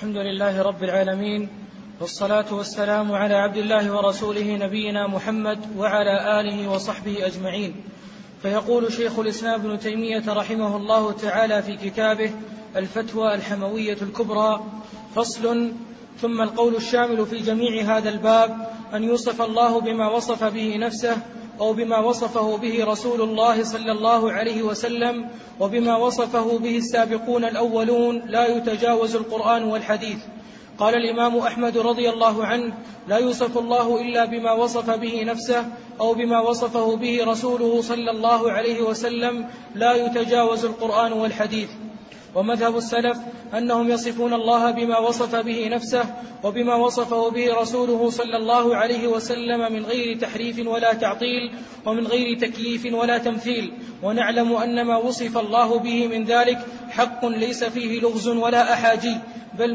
الحمد لله رب العالمين، والصلاة والسلام على عبد الله ورسوله نبينا محمد وعلى آله وصحبه أجمعين. فيقول شيخ الإسلام ابن تيمية رحمه الله تعالى في كتابه الفتوى الحموية الكبرى: فصل. ثم القول الشامل في جميع هذا الباب أن يوصف الله بما وصف به نفسه أو بما وصفه به رسول الله صلى الله عليه وسلم وبما وصفه به السابقون الأولون، لا يتجاوز القرآن والحديث. قال الإمام أحمد رضي الله عنه: لا يوصف الله إلا بما وصف به نفسه أو بما وصفه به رسوله صلى الله عليه وسلم، لا يتجاوز القرآن والحديث. ومذهب السلف أنهم يصفون الله بما وصف به نفسه وبما وصفه به رسوله صلى الله عليه وسلم من غير تحريف ولا تعطيل ومن غير تكييف ولا تمثيل. ونعلم أن ما وصف الله به من ذلك حق ليس فيه لغز ولا أحاجي، بل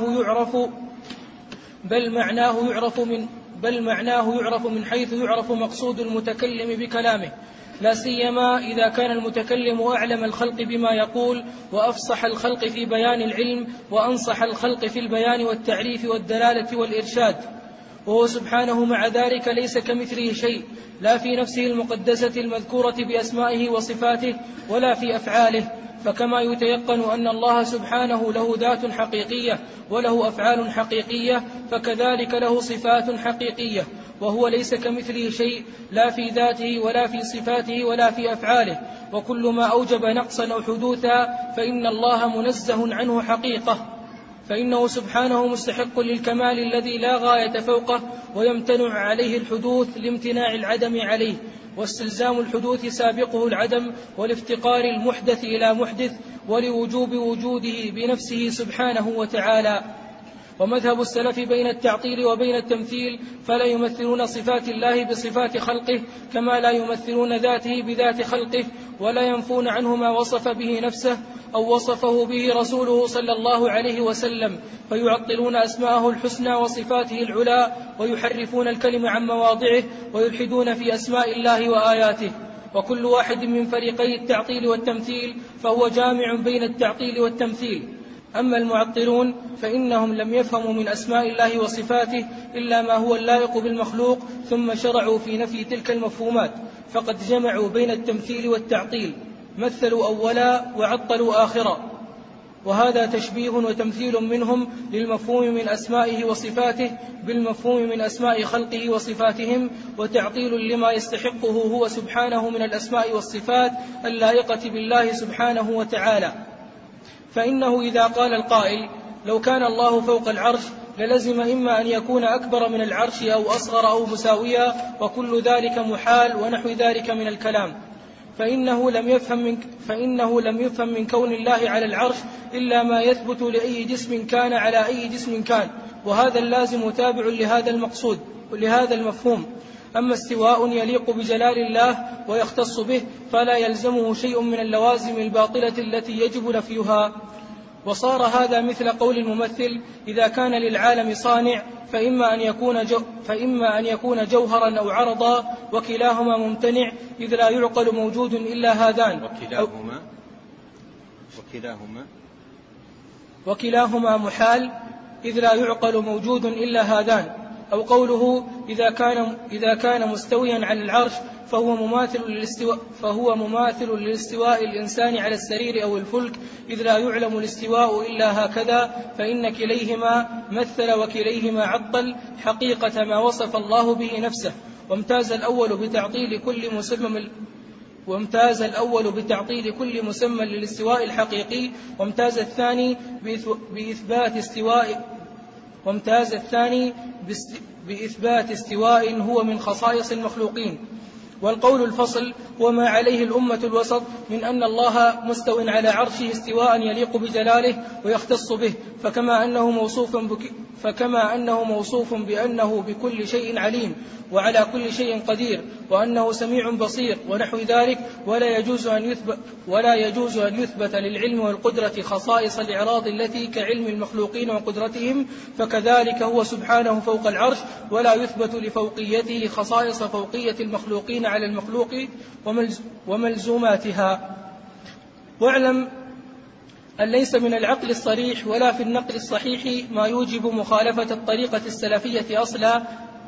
معناه يعرف من حيث يعرف مقصود المتكلم بكلامه، لا سيما إذا كان المتكلم أعلم الخلق بما يقول وأفصح الخلق في بيان العلم وأنصح الخلق في البيان والتعريف والدلالة والإرشاد. وهو سبحانه مع ذلك ليس كمثله شيء، لا في نفسه المقدسة المذكورة بأسمائه وصفاته ولا في أفعاله. فكما يتيقن أن الله سبحانه له ذات حقيقية وله أفعال حقيقية، فكذلك له صفات حقيقية، وهو ليس كمثله شيء، لا في ذاته ولا في صفاته ولا في أفعاله. وكل ما أوجب نقصا أو حدوثا فإن الله منزه عنه حقيقة، فإنه سبحانه مستحق للكمال الذي لا غاية فوقه، ويمتنع عليه الحدوث لامتناع العدم عليه، واستلزام الحدوث سابقه العدم، والافتقار المحدث إلى محدث، ولوجوب وجوده بنفسه سبحانه وتعالى. ومذهب السلف بين التعطيل وبين التمثيل، فلا يمثلون صفات الله بصفات خلقه كما لا يمثلون ذاته بذات خلقه، ولا ينفون عنه ما وصف به نفسه أو وصفه به رسوله صلى الله عليه وسلم، فيعطلون أسماءه الحسنى وصفاته العلى، ويحرفون الكلم عن مواضعه، ويلحدون في أسماء الله وآياته. وكل واحد من فريقي التعطيل والتمثيل فهو جامع بين التعطيل والتمثيل. أما المعطلون فإنهم لم يفهموا من أسماء الله وصفاته إلا ما هو اللائق بالمخلوق، ثم شرعوا في نفي تلك المفهومات، فقد جمعوا بين التمثيل والتعطيل، مثلوا أولا وعطلوا آخرا. وهذا تشبيه وتمثيل منهم للمفهوم من أسمائه وصفاته بالمفهوم من أسماء خلقه وصفاتهم، وتعطيل لما يستحقه هو سبحانه من الأسماء والصفات اللائقة بالله سبحانه وتعالى. فإنه إذا قال القائل: لو كان الله فوق العرش للزم إما أن يكون أكبر من العرش أو أصغر أو مساويا، وكل ذلك محال ونحو ذلك من الكلام، فإنه لم يفهم من كون الله على العرش إلا ما يثبت لأي جسم كان على أي جسم كان، وهذا اللازم تابع لهذا المقصود ولهذا المفهوم. أما استواء يليق بجلال الله ويختص به فلا يلزمه شيء من اللوازم الباطلة التي يجب نفيها. وصار هذا مثل قول الممثل: إذا كان للعالم صانع فإما أن يكون جوهرا أو عرضا، وكلاهما ممتنع إذ لا يعقل موجود إلا هذان، وكلاهما محال إذ لا يعقل موجود إلا هذان. أو قوله: إذا كان مستويا على العرش فهو مماثل للاستواء الإنسان على السرير أو الفلك، إذ لا يعلم الاستواء إلا هكذا، فإن كليهما مثل وكليهما عطل حقيقة ما وصف الله به نفسه. وامتاز الأول بتعطيل كل مسمى للاستواء الحقيقي، وامتاز الثاني بإثبات استواء هو من خصائص المخلوقين. والقول الفصل وما عليه الأمة الوسط من أن الله مستو على عرشه استواء يليق بجلاله ويختص به، فكما أنه موصوف بأنه بكل شيء عليم وعلى كل شيء قدير وأنه سميع بصير ونحو ذلك، ولا يجوز أن يثبت للعلم والقدرة خصائص الإعراض التي كعلم المخلوقين وقدرتهم، فكذلك هو سبحانه فوق العرش، ولا يثبت لفوقيته خصائص فوقية المخلوقين على المخلوق وملزوماتها. واعلم أن ليس من العقل الصريح ولا في النقل الصحيح ما يوجب مخالفة الطريقة السلفية أصلا،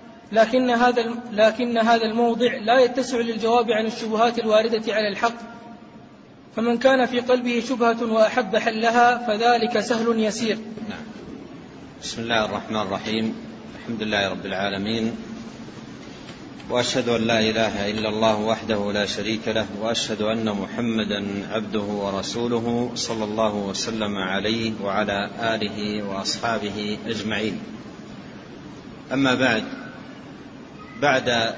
لكن هذا الموضع لا يتسع للجواب عن الشبهات الواردة على الحق، فمن كان في قلبه شبهة وأحب حلها فذلك سهل يسير. نعم. بسم الله الرحمن الرحيم. الحمد لله رب العالمين، وأشهد أن لا إله إلا الله وحده لا شريك له، وأشهد أن محمدا عبده ورسوله صلى الله وسلم عليه وعلى آله وأصحابه أجمعين. أما بعد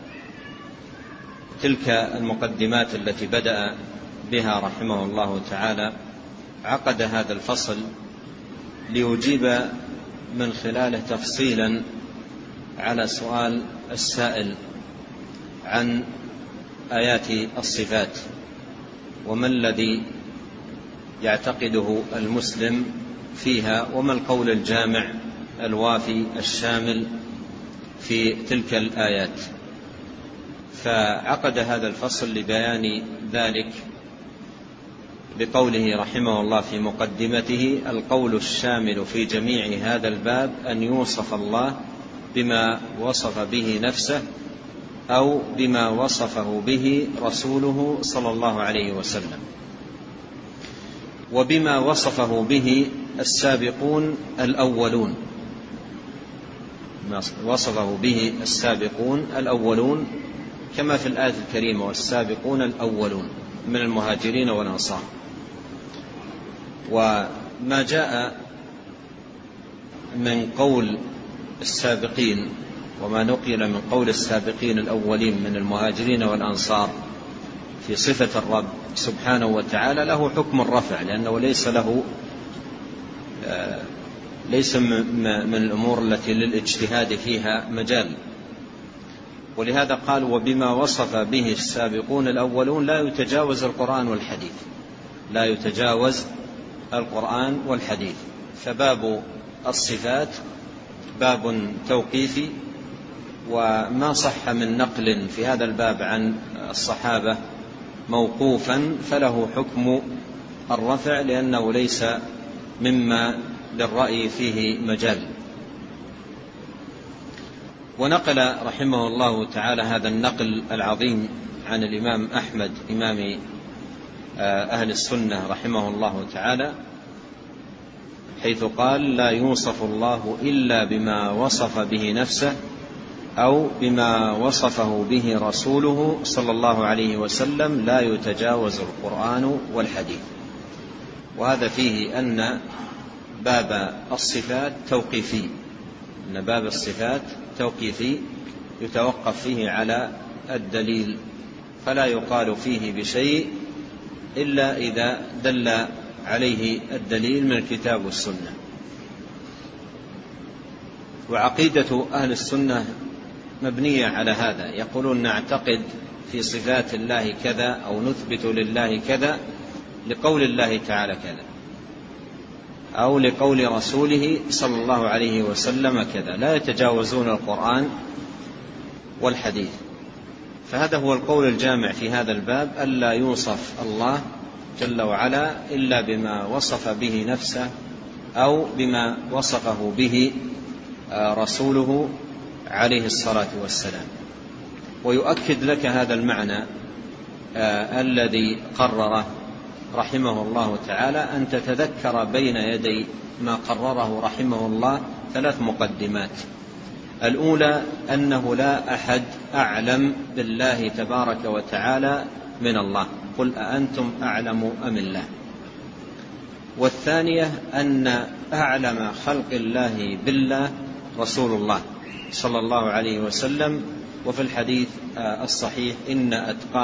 تلك المقدمات التي بدأ بها رحمه الله تعالى، عقد هذا الفصل ليجيب من خلاله تفصيلا على سؤال السائل عن آيات الصفات، وما الذي يعتقده المسلم فيها، وما القول الجامع الوافي الشامل في تلك الآيات. فعقد هذا الفصل لبيان ذلك بقوله رحمه الله في مقدمته: القول الشامل في جميع هذا الباب أن يوصف الله بما وصف به نفسه أو بما وصفه به رسوله صلى الله عليه وسلم، وبما وصفه به السابقون الأولون، ما وصفه به السابقون الأولون كما في الآية الكريمة: والسابقون الأولون من المهاجرين والأنصار. وما جاء من قول السابقين وما نقل من قول السابقين الأولين من المهاجرين والأنصار في صفة الرب سبحانه وتعالى له حكم الرفع، لأنه ليس من الأمور التي للاجتهاد فيها مجال. ولهذا قال: وبما وصف به السابقون الأولون لا يتجاوز القرآن والحديث، لا يتجاوز القرآن والحديث. فباب الصفات باب توقيفي، وما صح من نقل في هذا الباب عن الصحابة موقوفا فله حكم الرفع، لأنه ليس مما للرأي فيه مجال. ونقل رحمه الله تعالى هذا النقل العظيم عن الإمام أحمد إمام أهل السنة رحمه الله تعالى، حيث قال: لا يوصف الله إلا بما وصف به نفسه أو بما وصفه به رسوله صلى الله عليه وسلم، لا يتجاوز القرآن والحديث. وهذا فيه أن باب الصفات توقيفي، أن باب الصفات توقيفي يتوقف فيه على الدليل، فلا يقال فيه بشيء إلا إذا دل عليه الدليل من الكتاب والسنة. وعقيدة أهل السنة مبنية على هذا، يقولون: نعتقد في صفات الله كذا أو نثبت لله كذا لقول الله تعالى كذا، أو لقول رسوله صلى الله عليه وسلم كذا، لا يتجاوزون القرآن والحديث. فهذا هو القول الجامع في هذا الباب: ألا يوصف الله جل وعلا إلا بما وصف به نفسه أو بما وصفه به رسوله عليه الصلاة والسلام. ويؤكد لك هذا المعنى الذي قرره رحمه الله تعالى أن تتذكر بين يدي ما قرره رحمه الله 3 مقدمات. الأولى: أنه لا أحد أعلم بالله تبارك وتعالى من الله، قل أأنتم أعلم أم الله. والثانية: أن أعلم خلق الله بالله رسول الله صلى الله عليه وسلم، وفي الحديث الصحيح: إن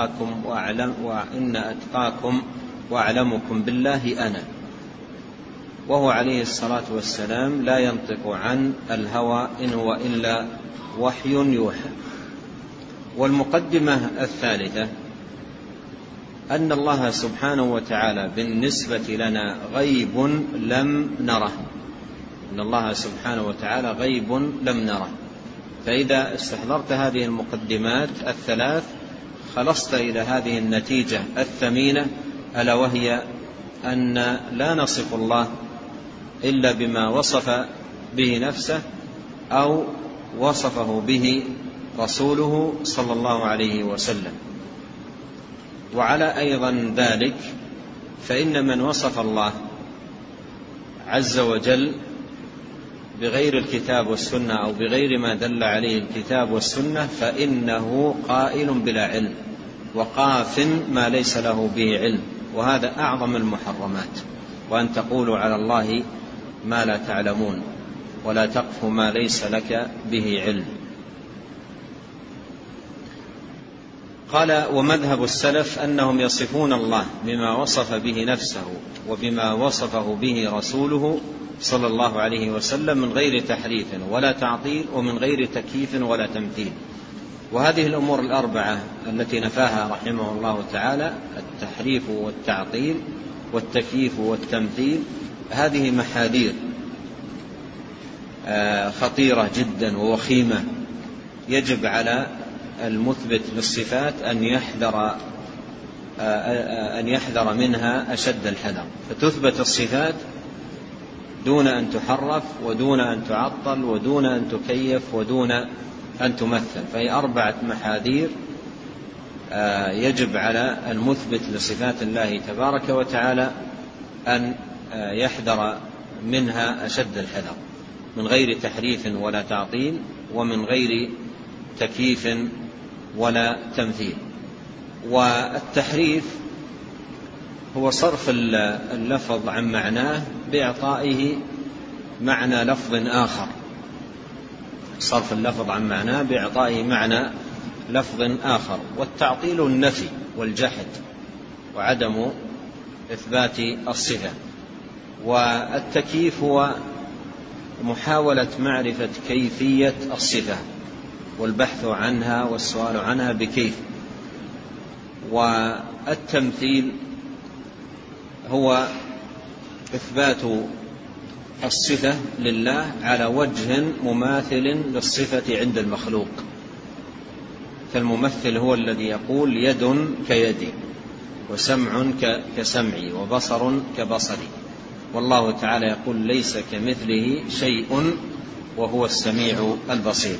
أتقاكم وأعلمكم بالله أنا. وهو عليه الصلاة والسلام لا ينطق عن الهوى إن هو إلا وحي يوحى. والمقدمة الثالثة: أن الله سبحانه وتعالى بالنسبة لنا غيب لم نره، أن الله سبحانه وتعالى غيب لم نره. فإذا استحضرت هذه المقدمات 3 خلصت إلى هذه النتيجة الثمينة، ألا وهي أن لا نصف الله إلا بما وصف به نفسه أو وصفه به رسوله صلى الله عليه وسلم. وعلى أيضا ذلك فإن من وصف الله عز وجل بغير الكتاب والسنة أو بغير ما دل عليه الكتاب والسنة فإنه قائل بلا علم وقاف ما ليس له به علم، وهذا أعظم المحرمات، وأن تقولوا على الله ما لا تعلمون ولا تقف ما ليس لك به علم. قال: ومذهب السلف أنهم يصفون الله بما وصف به نفسه وبما وصفه به رسوله صلى الله عليه وسلم من غير تحريف ولا تعطيل ومن غير تكييف ولا تمثيل. وهذه الأمور الأربعة التي نفاها رحمه الله تعالى، التحريف والتعطيل والتكييف والتمثيل، هذه محاذير خطيرة جدا ووخيمة، يجب على المثبت للصفات أن يحذر منها أشد الحذر، فتثبت الصفات دون أن تحرف ودون أن تعطل ودون أن تكيف ودون أن تمثل. فهي 4 محاذير يجب على المثبت لصفات الله تبارك وتعالى أن يحذر منها أشد الحذر، من غير تحريف ولا تعطيل ومن غير تكييف ولا تمثيل. والتحريف هو صرف اللفظ عن معناه بإعطائه معنى لفظ آخر، صرف اللفظ عن معناه بإعطائه معنى لفظ آخر. والتعطيل النفي والجحد وعدم إثبات الصفة. والتكييف هو محاولة معرفة كيفية الصفة والبحث عنها والسؤال عنها بكيف. والتمثيل هو إثبات الصفة لله على وجه مماثل للصفة عند المخلوق، فالممثل هو الذي يقول يد كيدي وسمع كسمعي وبصر كبصري، والله تعالى يقول ليس كمثله شيء وهو السميع البصير.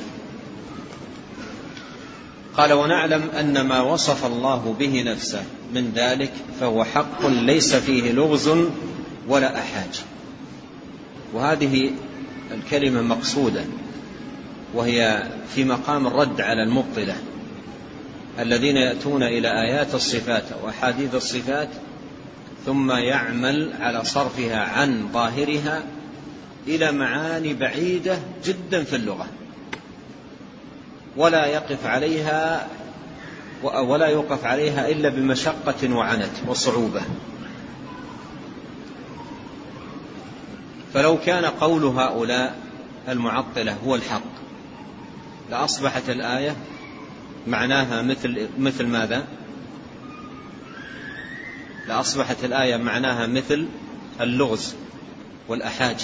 قال: ونعلم أن ما وصف الله به نفسه من ذلك فهو حق ليس فيه لغز ولا أحاج. وهذه الكلمة مقصودة، وهي في مقام الرد على المبطلة الذين يأتون إلى آيات الصفات وأحاديث الصفات ثم يعمل على صرفها عن ظاهرها إلى معاني بعيدة جدا في اللغة، ولا يوقف عليها إلا بمشقة وعنت وصعوبة. فلو كان قول هؤلاء المعطلة هو الحق لأصبحت الآية معناها مثل ماذا؟ لأصبحت الآية معناها مثل اللغز والأحاجي،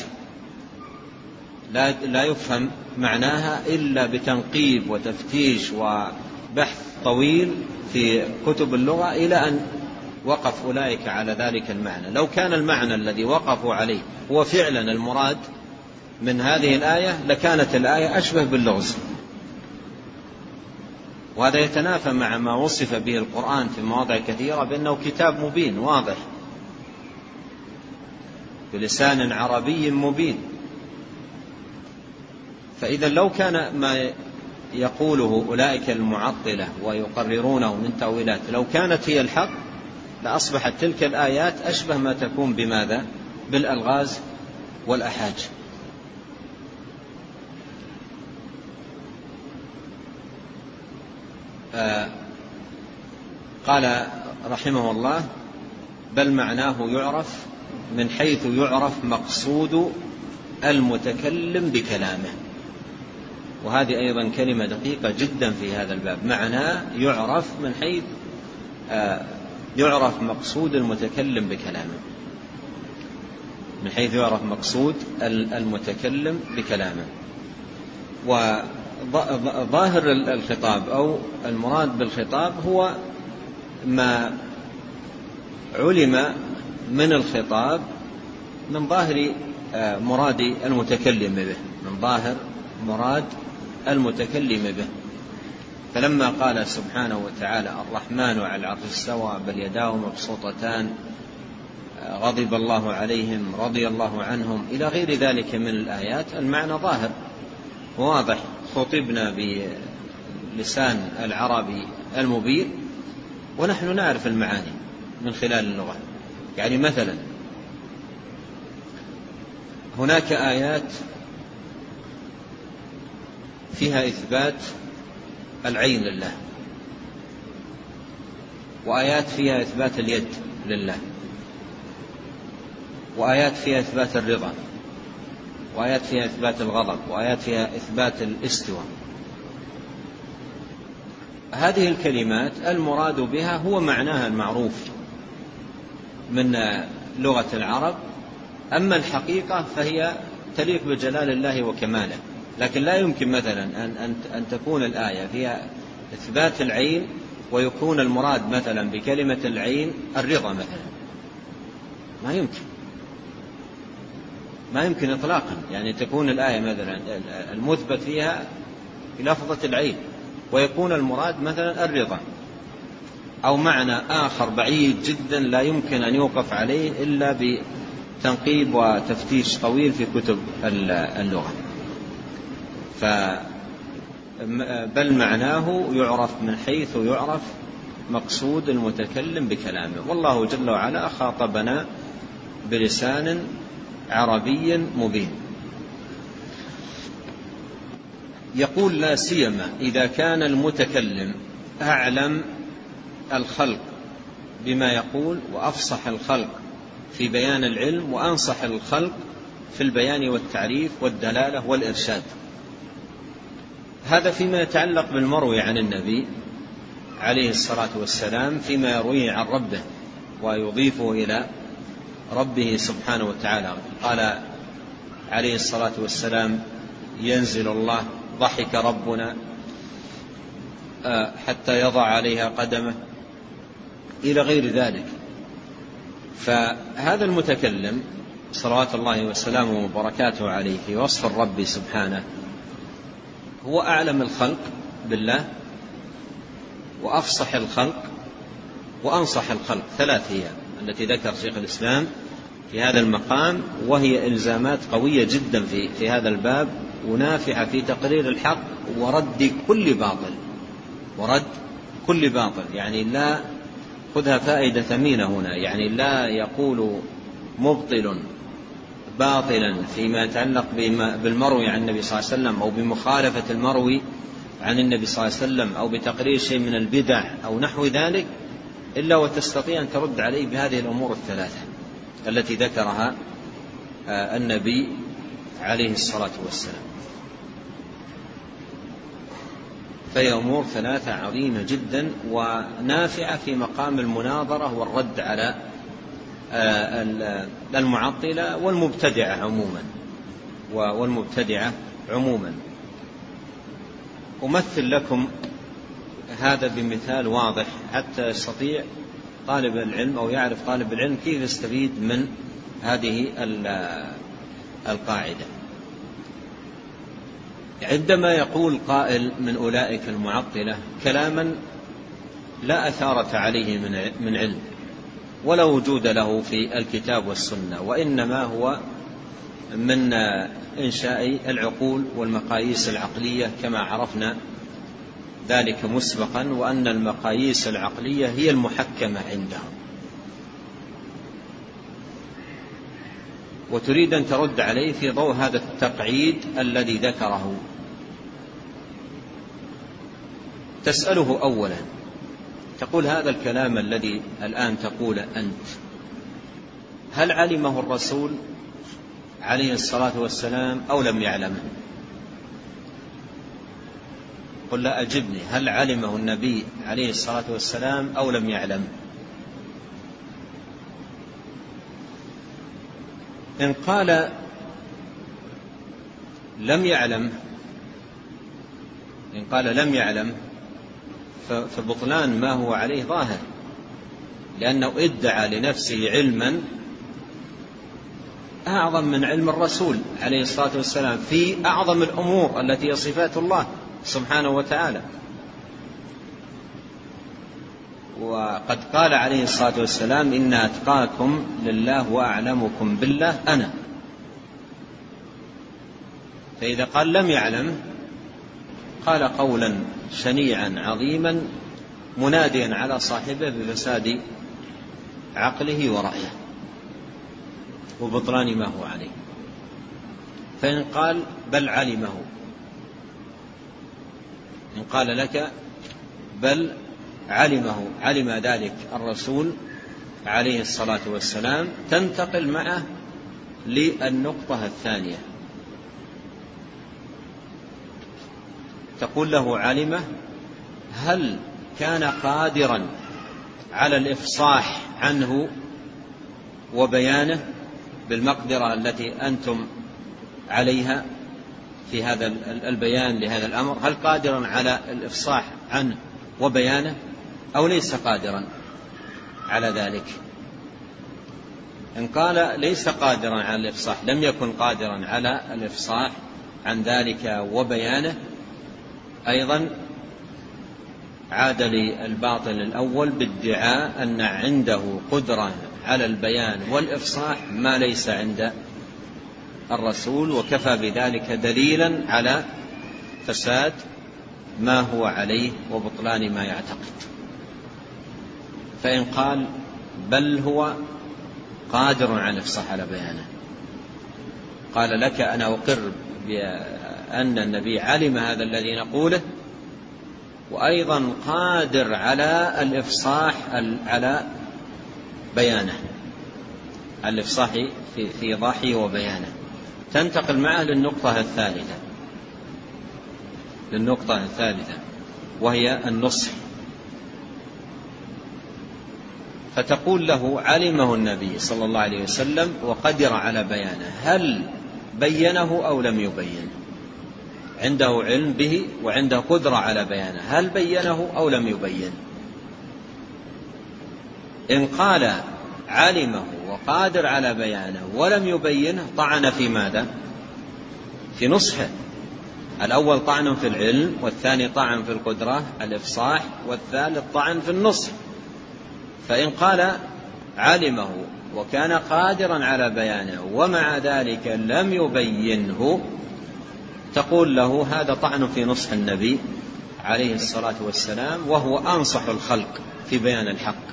لا يفهم معناها إلا بتنقيب وتفتيش وبحث طويل في كتب اللغة إلى أن وقف أولئك على ذلك المعنى. لو كان المعنى الذي وقفوا عليه هو فعلا المراد من هذه الآية لكانت الآية أشبه باللغز. وهذا يتنافى مع ما وصف به القرآن في مواضع كثيرة بأنه كتاب مبين واضح بلسان عربي مبين. فإذا لو كان ما يقوله أولئك المعطلة ويقررونه من تأويلات لو كانت هي الحق لأصبحت تلك الآيات أشبه ما تكون بماذا؟ بالألغاز والأحاج. قال رحمه الله: بل معناه يعرف من حيث يعرف مقصود المتكلم بكلامه. وهذه أيضا كلمة دقيقة جدا في هذا الباب، معناه يعرف من حيث يعرف مقصود المتكلم بكلامه، من حيث يعرف مقصود المتكلم بكلامه. وظاهر الخطاب أو المراد بالخطاب هو ما علم من الخطاب من ظاهر مراد المتكلم به، من ظاهر مراد المتكلم به. فلما قال سبحانه وتعالى الرحمن على العرش استوى بل يداه مبسوطتان غضب الله عليهم رضي الله عنهم إلى غير ذلك من الآيات، المعنى ظاهر واضح، خطبنا بلسان العربي المبين ونحن نعرف المعاني من خلال اللغة. يعني مثلا هناك آيات فيها إثبات العين لله، وآيات فيها إثبات اليد لله، وآيات فيها إثبات الرضا، وآيات فيها إثبات الغضب، وآيات فيها إثبات الاستواء. هذه الكلمات المراد بها هو معناها المعروف من لغة العرب، أما الحقيقة فهي تليق بجلال الله وكماله. لكن لا يمكن مثلا أن تكون الآية فيها إثبات العين ويكون المراد مثلا بكلمة العين الرضا مثلا، ما يمكن إطلاقا. يعني تكون الآية مثلا المثبت فيها بلفظة العين ويكون المراد مثلا الرضا، أو معنى آخر بعيد جدا لا يمكن أن يوقف عليه إلا بتنقيب وتفتيش طويل في كتب اللغة. بل معناه يعرف من حيث يعرف مقصود المتكلم بكلامه. والله جل وعلا خاطبنا بلسان عربي مبين. يقول لا سيما إذا كان المتكلم أعلم الخلق بما يقول وأفصح الخلق في بيان العلم وأنصح الخلق في البيان والتعريف والدلالة والإرشاد. هذا فيما يتعلق بالمروي عن النبي عليه الصلاة والسلام، فيما يرويه عن ربه ويضيفه إلى ربه سبحانه وتعالى. قال عليه الصلاة والسلام ينزل الله ضحك ربنا حتى يضع عليها قدمه إلى غير ذلك. فهذا المتكلم صلوات الله وسلامه وبركاته عليه في وصف الرب سبحانه هو أعلم الخلق بالله وأفصح الخلق وأنصح الخلق. ثلاث هي التي ذكر شيخ الإسلام في هذا المقام، وهي إلزامات قوية جدا في هذا الباب ونافعة في تقرير الحق ورد كل باطل. يعني لا خذها فائدة ثمينة هنا، يعني لا يقول مبطل باطلا فيما يتعلق بالمروي عن النبي صلى الله عليه وسلم أو بمخالفة المروي عن النبي صلى الله عليه وسلم أو بتقرير شيء من البدع أو نحو ذلك، إلا وتستطيع أن ترد عليه بهذه الأمور الثلاثة التي ذكرها النبي عليه الصلاة والسلام. فهي أمور ثلاثة عظيمة جدا ونافعة في مقام المناظرة والرد على المعطلة والمبتدعة عموما. أمثل لكم هذا بمثال واضح حتى يستطيع طالب العلم أو يعرف طالب العلم كيف يستفيد من هذه القاعدة. عندما يقول قائل من أولئك المعطلة كلاما لا أثارة عليه من علم ولا وجود له في الكتاب والسنة، وإنما هو من إنشاء العقول والمقاييس العقلية كما عرفنا ذلك مسبقا، وأن المقاييس العقلية هي المحكمة عندهم، وتريد أن ترد عليه في ضوء هذا التقعيد الذي ذكره. تسأله أولا تقول هذا الكلام الذي الآن تقول أنت هل علمه الرسول عليه الصلاة والسلام أو لم يعلمه؟ قل لا، أجبني، هل علمه النبي عليه الصلاة والسلام أو لم يعلم؟ إن قال لم يعلم فبطلان ما هو عليه ظاهر، لأنه ادعى لنفسه علما أعظم من علم الرسول عليه الصلاة والسلام في أعظم الأمور التي هي صفات الله سبحانه وتعالى. وقد قال عليه الصلاة والسلام: إن أتقاكم لله وأعلمكم بالله أنا. فإذا قال لم يعلم قال قولا شنيعا عظيما مناديا على صاحبه بفساد عقله ورأيه وبطلان ما هو عليه. فإن قال بل علمه، إن قال لك بل علمه، علم ذلك الرسول عليه الصلاة والسلام، تنتقل معه للنقطة الثانية، تقول له علمه هل كان قادرا على الإفصاح عنه وبيانه بالمقدرة التي أنتم عليها في هذا البيان لهذا الأمر؟ هل قادرا على الإفصاح عنه وبيانه أو ليس قادرا على ذلك؟ إن قال ليس قادرا على الإفصاح، لم يكن قادرا على الإفصاح عن ذلك وبيانه، أيضا عاد للباطل الأول بادعاء أن عنده قدرة على البيان والإفصاح ما ليس عند الرسول، وكفى بذلك دليلا على فساد ما هو عليه وبطلان ما يعتقد. فإن قال بل هو قادر على الإفصاح على بيانه، قال لك أنا أقر بأن النبي علم هذا الذي نقوله، وأيضا قادر على الإفصاح على بيانه، الإفصاح في إيضاحه وبيانه. تنتقل معه للنقطة الثالثة وهي النصح. فتقول له علمه النبي صلى الله عليه وسلم وقدر على بيانه، هل بينه أو لم يبين؟ عنده علم به وعنده قدرة على بيانه، هل بينه أو لم يبين؟ إن قال علمه وقادر على بيانه ولم يبينه طعن في ماذا؟ في نصحه. الأول طعن في العلم، والثاني طعن في القدرة الإفصاح، والثالث طعن في النصح. فإن قال علمه وكان قادرا على بيانه ومع ذلك لم يبينه، تقول له هذا طعن في نصح النبي عليه الصلاة والسلام، وهو أنصح الخلق في بيان الحق.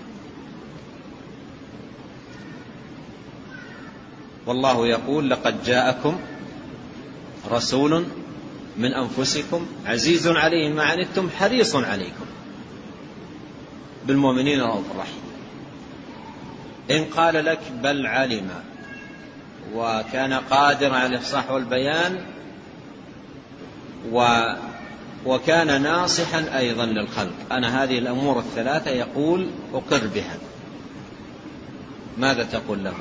والله يقول لقد جاءكم رسول من أنفسكم عزيز عليه ما عنتم حريص عليكم بالمؤمنين رؤوف رحيم. إن قال لك بل علم وكان قادرا على الإفصاح والبيان وكان ناصحا أيضا للخلق، أنا هذه الأمور الثلاثة يقول أقر بها، ماذا تقول له؟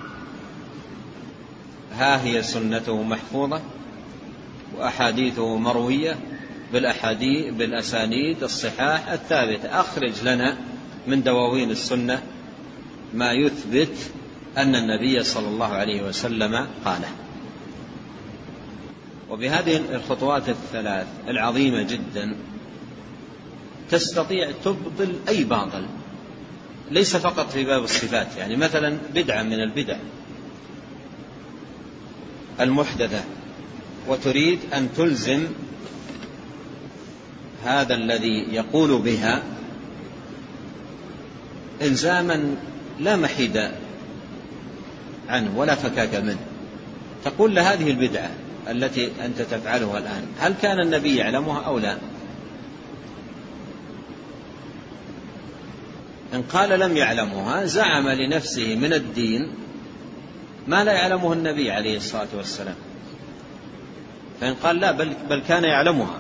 ها هي سنته محفوظة وأحاديثه مروية بالأسانيد الصحاح الثابتة، أخرج لنا من دواوين السنة ما يثبت أن النبي صلى الله عليه وسلم قاله. وبهذه الخطوات الثلاث العظيمة جدا تستطيع تبطل أي باطل، ليس فقط في باب الصفات. يعني مثلا بدعة من البدع المحدثة وتريد أن تلزم هذا الذي يقول بها إلزاما لا محيد عنه ولا فكاك منه، تقول لهذه البدعة التي أنت تفعلها الآن هل كان النبي يعلمها أو لا؟ إن قال لم يعلمها زعم لنفسه من الدين ما لا يعلمه النبي عليه الصلاة والسلام. فإن قال لا بل كان يعلمها،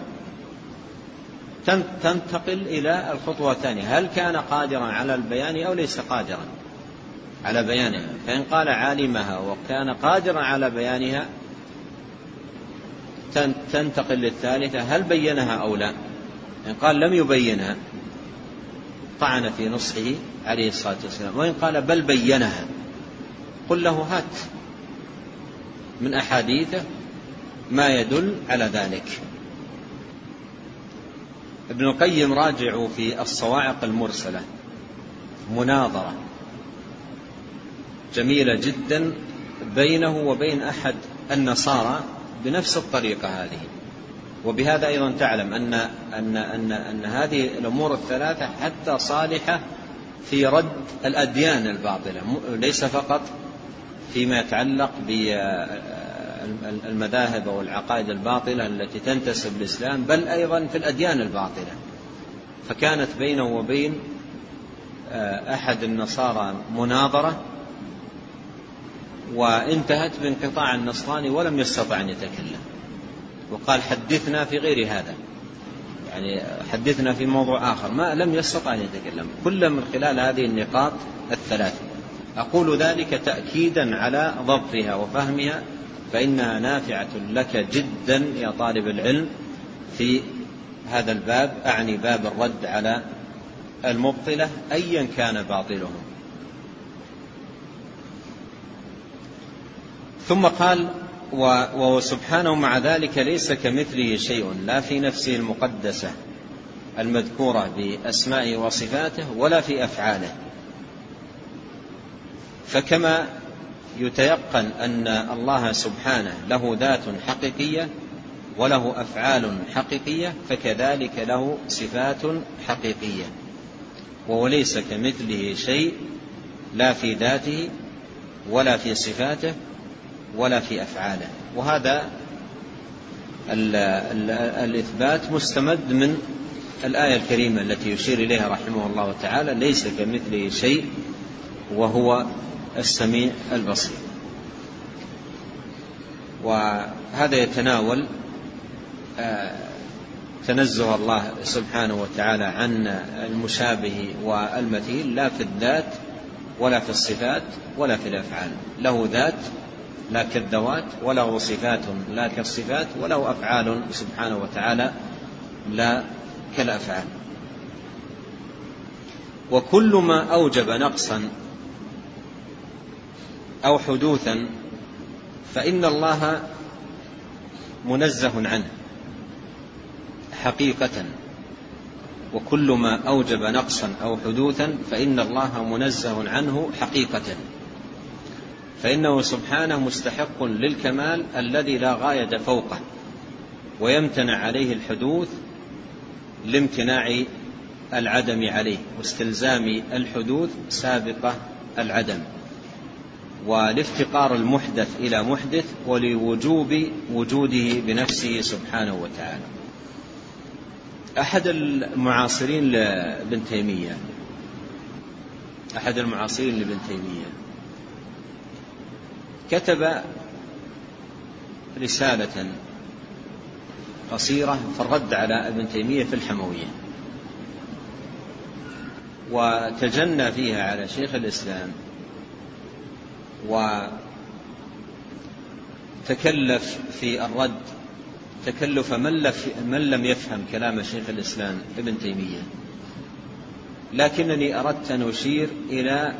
تنتقل إلى الخطوة الثانية، هل كان قادرا على البيان أو ليس قادرا على بيانها؟ فإن قال علمها وكان قادرا على بيانها تنتقل للثالثة، هل بينها أو لا؟ إن قال لم يبينها طعن في نصحه عليه الصلاة والسلام. وإن قال بل بينها قل له هات من أحاديثه ما يدل على ذلك. ابن القيم راجع في الصواعق المرسلة مناظرة جميلة جدا بينه وبين أحد النصارى بنفس الطريقة هذه. وبهذا أيضا تعلم أن هذه الأمور الثلاثة حتى صالحة في رد الأديان الباطلة، ليس فقط فيما يتعلق بالمذاهب أو العقائد الباطلة التي تنتسب للإسلام، بل أيضا في الأديان الباطلة. فكانت بينه وبين أحد النصارى مناظرة وانتهت بانقطاع النصراني ولم يستطع أن يتكلم، وقال حدثنا في غير هذا، يعني حدثنا في موضوع آخر، ما لم يستطع أن يتكلم، كل من خلال هذه النقاط الثلاث. أقول ذلك تأكيدا على ضبطها وفهمها، فإنها نافعة لك جدا يا طالب العلم في هذا الباب، أعني باب الرد على المبطلة أيا كان باطلهم. ثم قال وهو سبحانه مع ذلك ليس كمثله شيء لا في نفسه المقدسة المذكورة بأسمائه وصفاته ولا في أفعاله. فكما يتيقن أن الله سبحانه له ذات حقيقية وله أفعال حقيقية، فكذلك له صفات حقيقية، وهو ليس كمثله شيء لا في ذاته ولا في صفاته ولا في أفعاله. وهذا الإثبات مستمد من الآية الكريمة التي يشير إليها رحمه الله تعالى: ليس كمثله شيء وهو السميع البصير. وهذا يتناول تنزه الله سبحانه وتعالى عن المشابه والمثيل، لا في الذات ولا في الصفات ولا في الأفعال. له ذات لا كالذوات، وله صفات لا كالصفات، وله أفعال سبحانه وتعالى لا كالأفعال. وكل ما أوجب نقصا أو حدوثا فإن الله منزه عنه حقيقة. وكل ما أوجب نقصا أو حدوثا فإن الله منزه عنه حقيقة، فإنه سبحانه مستحق للكمال الذي لا غاية فوقه، ويمتنع عليه الحدوث لامتناع العدم عليه، واستلزام الحدوث سابقة العدم، ولافتقار المحدث إلى محدث، ولوجوب وجوده بنفسه سبحانه وتعالى. أحد المعاصرين لابن تيمية كتب رسالة قصيرة في الرد على ابن تيمية في الحموية، وتجنى فيها على شيخ الإسلام، وتكلف في الرد تكلف من لم يفهم كلام شيخ الإسلام ابن تيمية. لكنني أردت أن أشير إلى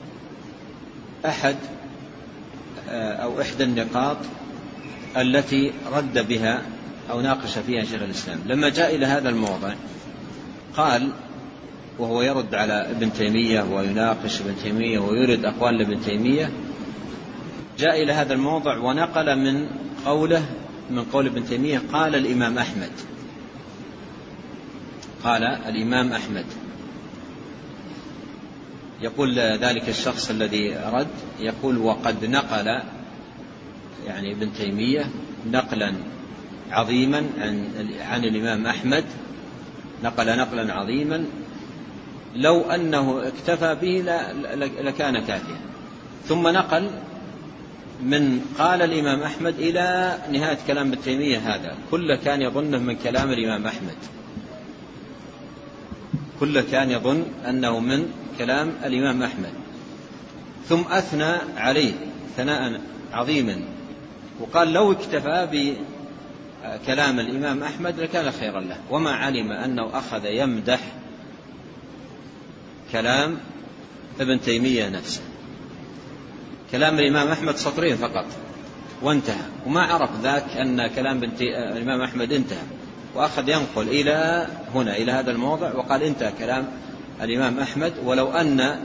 إحدى النقاط التي رد بها أو ناقش فيها شيخ الإسلام. لما جاء إلى هذا الموضع قال، وهو يرد على ابن تيمية ويناقش ابن تيمية ويرد أقوال ابن تيمية، جاء إلى هذا الموضع ونقل من قول ابن تيمية: قال الإمام أحمد. يقول ذلك الشخص الذي رد، يقول: وقد نقل يعني ابن تيمية نقلا عظيما عن الإمام أحمد، نقلا عظيما لو أنه اكتفى به لكان كافيا. ثم نقل من قال الإمام أحمد إلى نهاية كلام ابن تيمية، هذا كل كان يظنه من كلام الإمام أحمد، كل كان يظن أنه من كلام الإمام أحمد. ثم أثنى عليه ثناء عظيما، وقال لو اكتفى بكلام الإمام أحمد لكان خيرا له، وما علم أنه أخذ يمدح كلام ابن تيمية نفسه. كلام الإمام أحمد سطرين فقط وانتهى، وما عرف ذاك أن كلام الإمام أحمد انتهى، وأخذ ينقل إلى هنا إلى هذا الموضع وقال انتهى كلام الإمام أحمد. ولو أن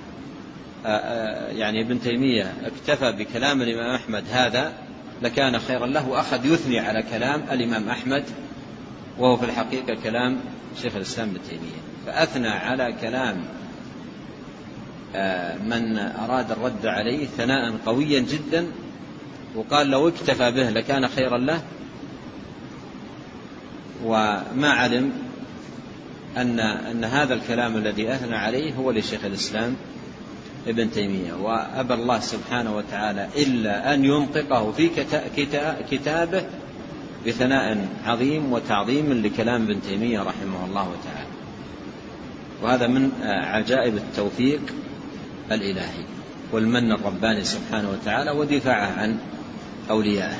يعني ابن تيمية اكتفى بكلام الإمام أحمد هذا لكان خيرا له، وأخذ يثني على كلام الإمام أحمد وهو في الحقيقة كلام شيخ الإسلام ابن تيمية، فأثنى على كلام من أراد الرد عليه ثناء قويا جدا، وقال لو اكتفى به لكان خيرا له، وما علم أن هذا الكلام الذي أثنى عليه هو لشيخ الإسلام ابن تيمية، وأبى الله سبحانه وتعالى إلا أن ينطقه في كتابه بثناء عظيم وتعظيم لكلام ابن تيمية رحمه الله تعالى. وهذا من عجائب التوفيق الإلهي والمن الرباني سبحانه وتعالى ودفاعه عن أوليائه.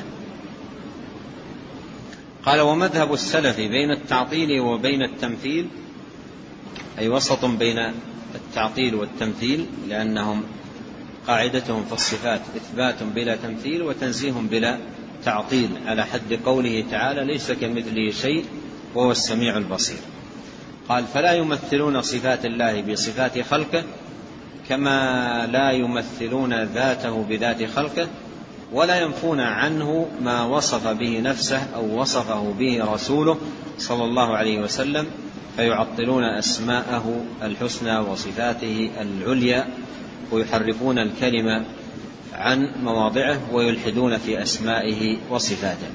قال: ومذهب السلف بين التعطيل وبين التمثيل، أي وسط بين التعطيل والتمثيل، لأنهم قاعدتهم في الصفات إثبات بلا تمثيل وتنزيه بلا تعطيل، على حد قوله تعالى: ليس كمثله شيء وهو السميع البصير. قال: فلا يمثلون صفات الله بصفات خلقه كما لا يمثلون ذاته بذات خلقه، ولا ينفون عنه ما وصف به نفسه أو وصفه به رسوله صلى الله عليه وسلم، فيعطلون أسماءه الحسنى وصفاته العليا، ويحرفون الكلمة عن مواضعه، ويلحدون في أسمائه وصفاته.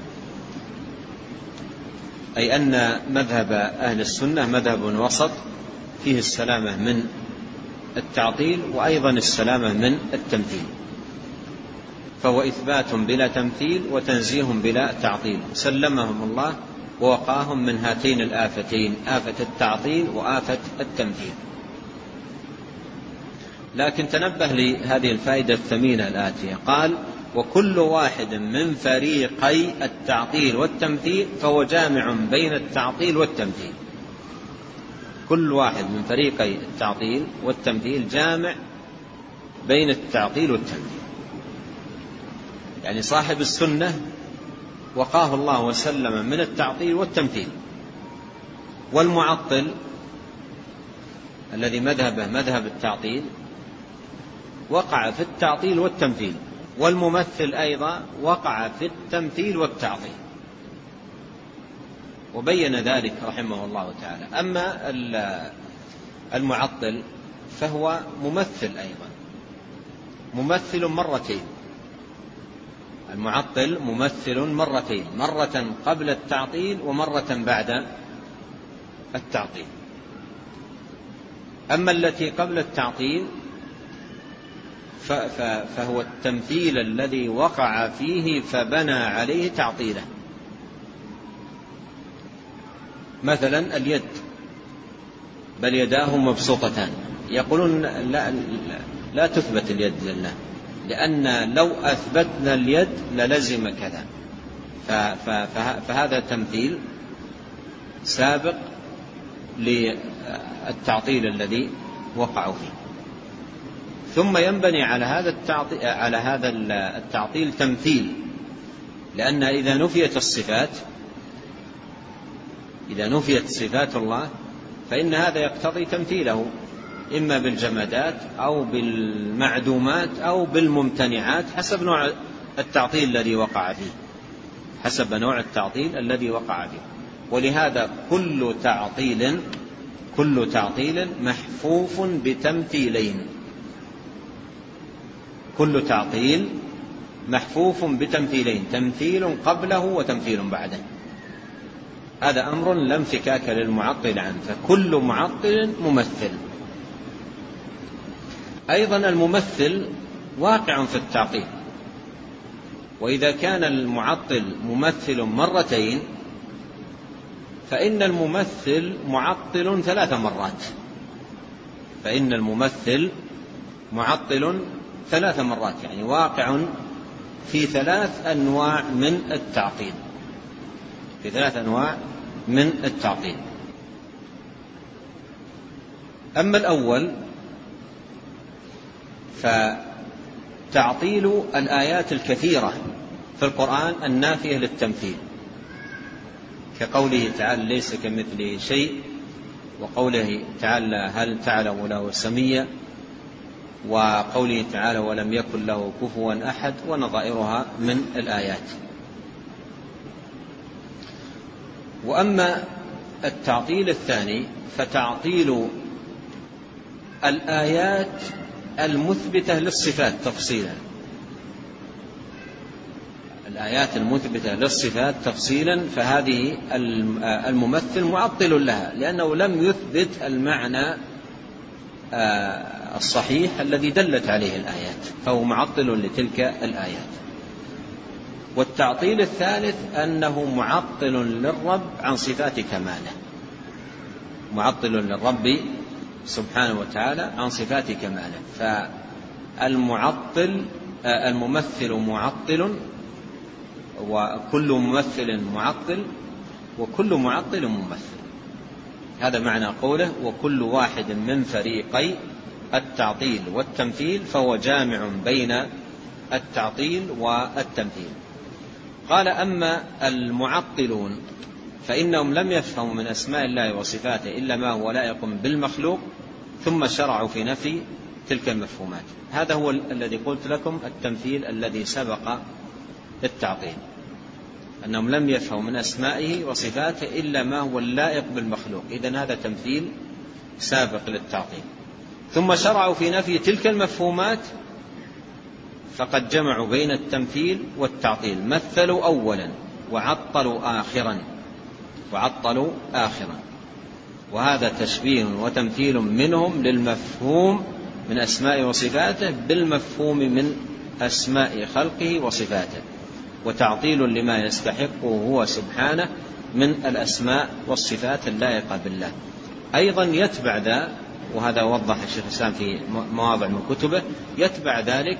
أي أن مذهب أهل السنة مذهب وسط فيه السلامة من التعطيل وأيضا السلامة من التمثيل، فهو إثبات بلا تمثيل وتنزيه بلا تعطيل، سلمهم الله ووقاهم من هاتين الآفتين، آفة التعطيل وآفة التمثيل. لكن تنبه لهذه الفائدة الثمينة الآتية، قال: وكل واحد من فريقي التعطيل والتمثيل فهو جامع بين التعطيل والتمثيل. كل واحد من فريقي التعطيل والتمثيل جامع بين التعطيل والتمثيل، يعني صاحب السنة وقاه الله وسلم من التعطيل والتمثيل، والمعطل الذي مذهبه مذهب التعطيل وقع في التعطيل والتمثيل، والممثل أيضا وقع في التمثيل والتعطيل، وبين ذلك رحمه الله تعالى. أما المعطل فهو ممثل أيضا، ممثل مرتين. المعطل ممثل مرتين، مرة قبل التعطيل ومرة بعد التعطيل. أما التي قبل التعطيل فهو التمثيل الذي وقع فيه فبنى عليه تعطيله. مثلا اليد، بل يداه مبسوطتان، يقولون لا تثبت اليد لله، لأن لو أثبتنا اليد للزم كذا، فهذا تمثيل سابق للتعطيل الذي وقعوا فيه. ثم ينبني على هذا التعطيل تمثيل، لأن إذا نفيت صفات الله فإن هذا يقتضي تمثيله، إما بالجمادات أو بالمعدومات أو بالممتنعات، حسب نوع التعطيل الذي وقع فيه، حسب نوع التعطيل الذي وقع فيه. ولهذا كل تعطيل محفوف بتمثيلين، كل تعطيل محفوف بتمثيلين، تمثيل قبله وتمثيل بعده. هذا أمر لا انفكاك للمعطل عنه، فكل معطل ممثل. أيضا الممثل واقع في التعطيل، وإذا كان المعطل ممثل مرتين فإن الممثل معطل 3 مرات، فإن الممثل معطل 3 مرات، يعني واقع في 3 أنواع من التعطيل، في 3 أنواع من التعطيل. أما الأول فتعطيل الآيات الكثيرة في القرآن النافية للتمثيل، كقوله تعالى ليس كمثله شيء، وقوله تعالى هل تعلم له سميا، وقوله تعالى ولم يكن له كفوا أحد، ونظائرها من الآيات. وأما التعطيل الثاني فتعطيل الآيات المثبتة للصفات تفصيلا، الآيات المثبتة للصفات تفصيلا، فهذه الممثل معطل لها، لأنه لم يثبت المعنى الصحيح الذي دلت عليه الآيات، فهو معطل لتلك الآيات. والتعطيل الثالث أنه معطل للرب عن صفات كماله، معطل للرب سبحانه وتعالى عن صفات كماله. فالمعطل الممثل معطل، وكل ممثل معطل، وكل معطل ممثل. هذا معنى قوله وكل واحد من فريقي التعطيل والتمثيل فهو جامع بين التعطيل والتمثيل. قال أما المعطلون فإنهم لم يفهموا من أسماء الله وصفاته إلا ما هو لائق بالمخلوق، ثم شرعوا في نفي تلك المفهومات. هذا هو الذي قلت لكم التمثيل الذي سبق التعطيل، أنهم لم يفهموا من أسمائه وصفاته إلا ما هو اللائق بالمخلوق، إذن هذا تمثيل سابق للتعطيل. ثم شرعوا في نفي تلك المفهومات، فقد جمعوا بين التمثيل والتعطيل، مثلوا أولا وعطلوا آخرا، وهذا تشبيه وتمثيل منهم للمفهوم من أسماء وصفاته بالمفهوم من أسماء خلقه وصفاته، وتعطيل لما يستحقه هو سبحانه من الأسماء والصفات اللائقة بالله. أيضا يتبع ذا، وهذا وضح الشيخ الإسلام في مواضع من كتبه، يتبع ذلك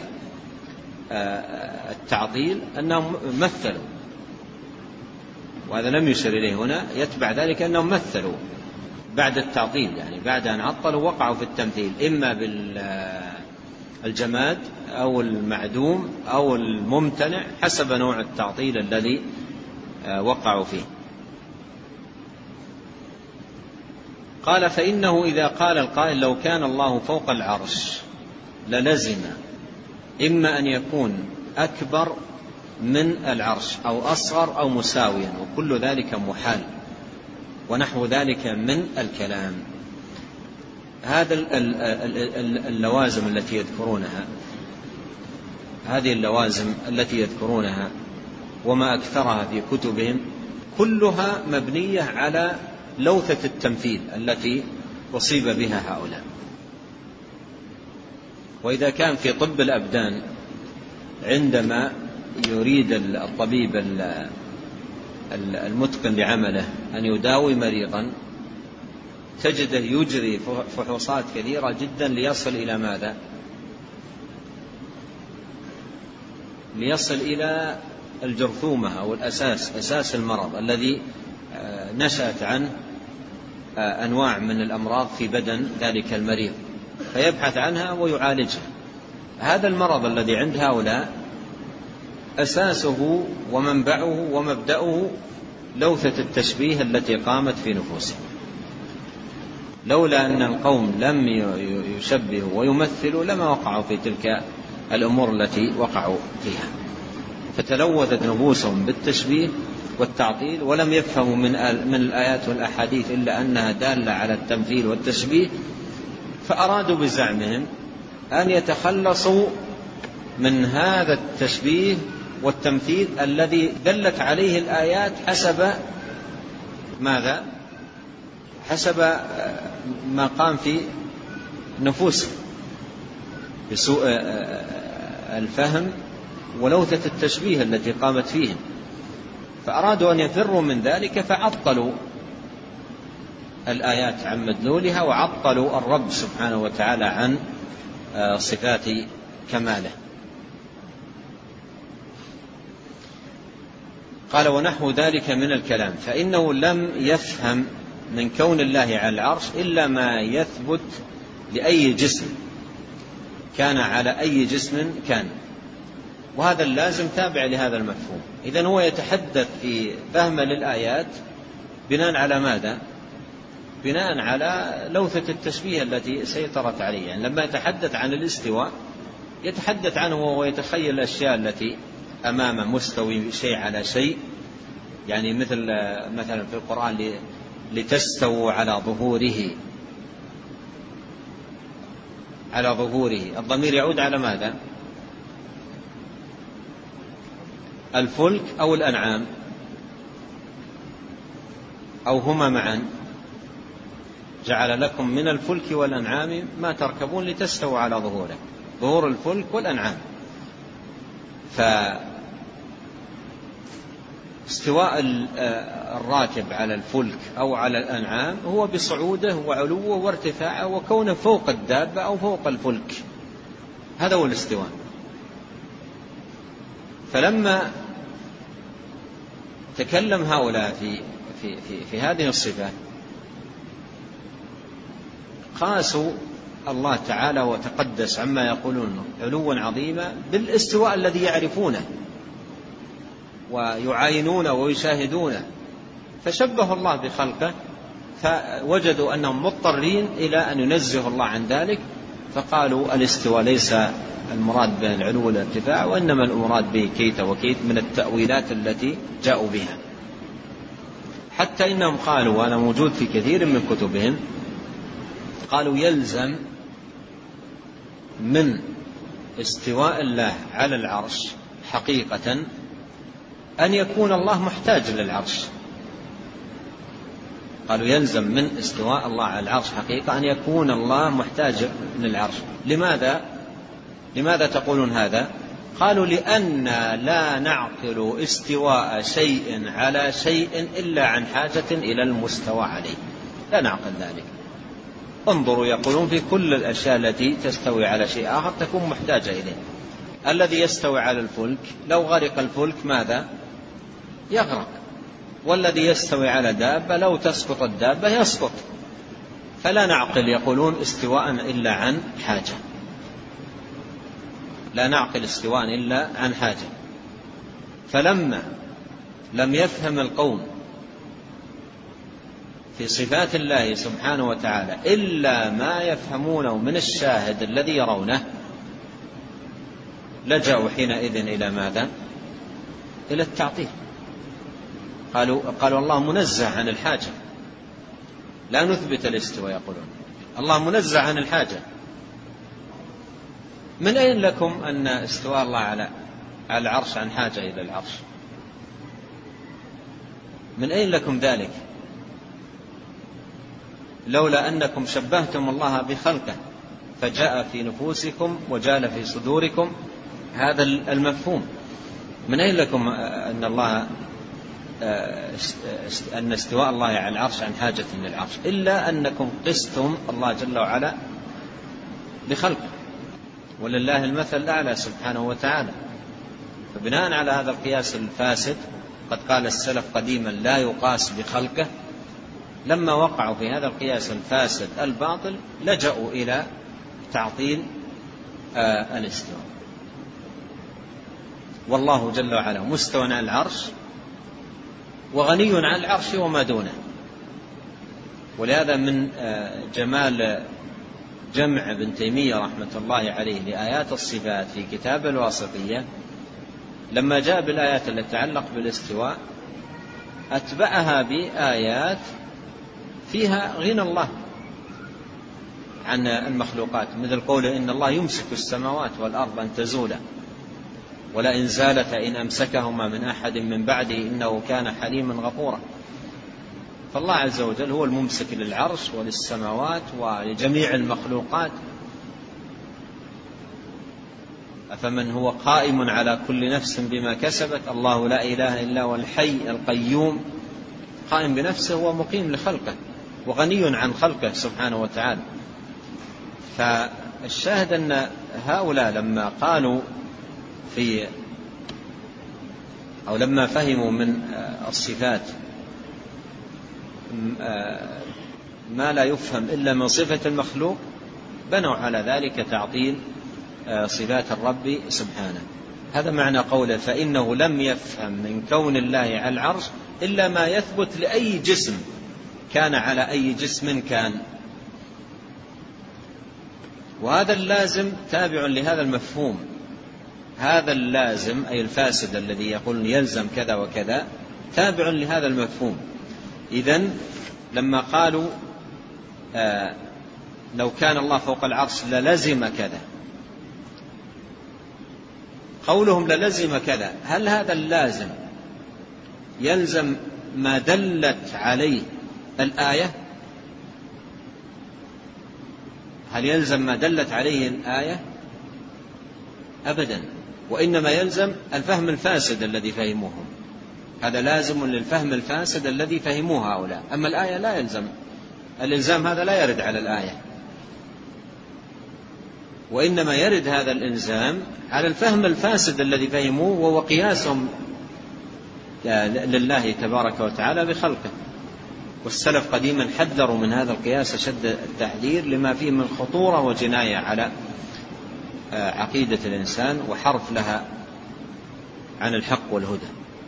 التعطيل أنهم مثلوا، وهذا لم يشر إليه هنا، يتبع ذلك أنهم مثلوا بعد التعطيل، يعني بعد أن عطلوا وقعوا في التمثيل، إما بالجماد أو المعدوم أو الممتنع حسب نوع التعطيل الذي وقعوا فيه. قال فإنه إذا قال القائل لو كان الله فوق العرش للزم إما أن يكون أكبر من العرش أو أصغر أو مساويا، وكل ذلك محال، ونحو ذلك من الكلام. هذا اللوازم التي يذكرونها، هذه اللوازم التي يذكرونها وما أكثرها في كتبهم كلها مبنية على لوثة التمثيل التي أصيب بها هؤلاء. وإذا كان في طب الأبدان عندما يريد الطبيب المتقن لعمله أن يداوي مريضا تجده يجري فحوصات كثيرة جدا ليصل إلى ماذا؟ ليصل إلى الجرثومة أو أساس المرض الذي نشأت عنه أنواع من الأمراض في بدن ذلك المريض، فيبحث عنها ويعالجها. هذا المرض الذي عند هؤلاء أساسه ومنبعه ومبدأه لوثة التشبيه التي قامت في نفوسهم. لولا أن القوم لم يشبهوا ويمثلوا لما وقعوا في تلك الأمور التي وقعوا فيها، فتلوثت نفوسهم بالتشبيه والتعطيل، ولم يفهموا من الآيات والأحاديث إلا أنها دالة على التمثيل والتشبيه، فأرادوا بزعمهم أن يتخلصوا من هذا التشبيه والتمثيل الذي دلت عليه الآيات حسب ماذا؟ حسب ما قام في نفوسهم بسوء الفهم ولوثة التشبيه التي قامت فيهم، فأرادوا أن يفروا من ذلك فعطلوا الآيات عن مدلولها، وعطلوا الرب سبحانه وتعالى عن صفات كماله. قال ونحو ذلك من الكلام، فإنه لم يفهم من كون الله على العرش إلا ما يثبت لأي جسم كان على أي جسم كان، وهذا اللازم تابع لهذا المفهوم. إذن هو يتحدث في فهم للآيات بناء على ماذا؟ بناء على لوثة التشبيه التي سيطرت عليه. يعني لما يتحدث عن الاستواء يتحدث عنه وهو يتخيل الأشياء التي أمامه، مستوي شيء على شيء، يعني مثلا في القرآن لتستووا على ظهوره. الضمير يعود على ماذا؟ الفلك أو الأنعام أو هما معا؟ جعل لكم من الفلك والأنعام ما تركبون لتستووا على ظهوره، ظهور الفلك والأنعام. فاستواء الراكب على الفلك أو على الأنعام هو بصعوده وعلوه وارتفاعه وكونه فوق الدابة أو فوق الفلك، هذا هو الاستواء. فلما تكلم هؤلاء في هذه الصفة قاسوا الله تعالى وتقدس عما يقولون علوا عظيما بالاستواء الذي يعرفونه ويعاينونه ويشاهدونه، فشبه الله بخلقه، فوجدوا أنهم مضطرين إلى أن ينزه الله عن ذلك، فقالوا الاستواء ليس المراد به العلو والارتفاع، وإنما المراد به كيت وكيت من التأويلات التي جاءوا بها. حتى إنهم قالوا، وأنا موجود في كثير من كتبهم، قالوا يلزم من استواء الله على العرش حقيقة أن يكون الله محتاج للعرش. قالوا يلزم من استواء الله على العرش حقيقة أن يكون الله محتاج للعرش. لماذا تقولون هذا؟ قالوا لأن لا نعقل استواء شيء على شيء إلا عن حاجة إلى المستوى عليه، لا نعقل ذلك. انظروا، يقولون في كل الأشياء التي تستوي على شيء آخر تكون محتاجة إليه. الذي يستوي على الفلك لو غرق الفلك ماذا؟ يغرق. والذي يستوي على دابة لو تسقط الدابة يسقط. فلا نعقل، يقولون، استواء إلا عن حاجة، لا نعقل استواء إلا عن حاجة. فلما لم يفهم القوم في صفات الله سبحانه وتعالى إلا ما يفهمونه من الشاهد الذي يرونه، لجأوا حينئذ إلى ماذا؟ إلى التعطيل. قالوا الله منزه عن الحاجة، لا نثبت الاستواء. يقولون الله منزه عن الحاجة. من أين لكم أن استواء الله على العرش عن حاجة إلى العرش؟ من أين لكم ذلك؟ لولا أنكم شبهتم الله بخلقه فجاء في نفوسكم وجال في صدوركم هذا المفهوم. من أين لكم أن استواء الله على العرش عن حاجة للعرش؟ إلا أنكم قستم الله جل وعلا بخلقه، ولله المثل الأعلى سبحانه وتعالى. فبناء على هذا القياس الفاسد، قد قال السلف قديما لا يقاس بخلقه، لما وقعوا في هذا القياس الفاسد الباطل لجأوا إلى تعطيل الاستواء. والله جل وعلا مستوى على العرش وغني عن العرش وما دونه. ولهذا من جمال جمع ابن تيمية رحمة الله عليه لآيات الصفات في كتاب الواسطية، لما جاء بالآيات التي تتعلق بالاستواء أتبعها بآيات فيها غنى الله عن المخلوقات، مثل قوله إن الله يمسك السماوات والأرض أن تزولا ولئن زالتا إن أمسكهما من أحد من بعده إنه كان حليما غفورا. فالله عز وجل هو الممسك للعرش وللسماوات ولجميع المخلوقات. أفمن هو قائم على كل نفس بما كسبت، الله لا إله إلا هو الحي القيوم، قائم بنفسه ومقيم لخلقه وغني عن خلقه سبحانه وتعالى. فالشاهد أن هؤلاء لما قالوا أو لما فهموا من الصفات ما لا يفهم إلا من صفة المخلوق، بنوا على ذلك تعطيل صفات الرب سبحانه. هذا معنى قوله فإنه لم يفهم من كون الله على العرش إلا ما يثبت لأي جسم كان على أي جسم كان. وهذا اللازم تابع لهذا المفهوم. هذا اللازم أي الفاسد الذي يقول يلزم كذا وكذا تابع لهذا المفهوم. إذن لما قالوا لو كان الله فوق العرش للزم كذا، قولهم للزم كذا، هل هذا اللازم يلزم ما دلت عليه الآية؟ هل يلزم ما دلت عليه الآية؟ أبدا، وإنما يلزم الفهم الفاسد الذي فهموه. هذا لازم للفهم الفاسد الذي فهموه هؤلاء. أما الآية لا يلزم، الإلزام هذا لا يرد على الآية، وإنما يرد هذا الإلزام على الفهم الفاسد الذي فهموه، وهو قياسهم لله تبارك وتعالى بخلقه. والسلف قديما حذروا من هذا القياس شد التحذير لما فيه من خطورة وجناية على عقيدة الإنسان وحرف لها عن الحق والهدى.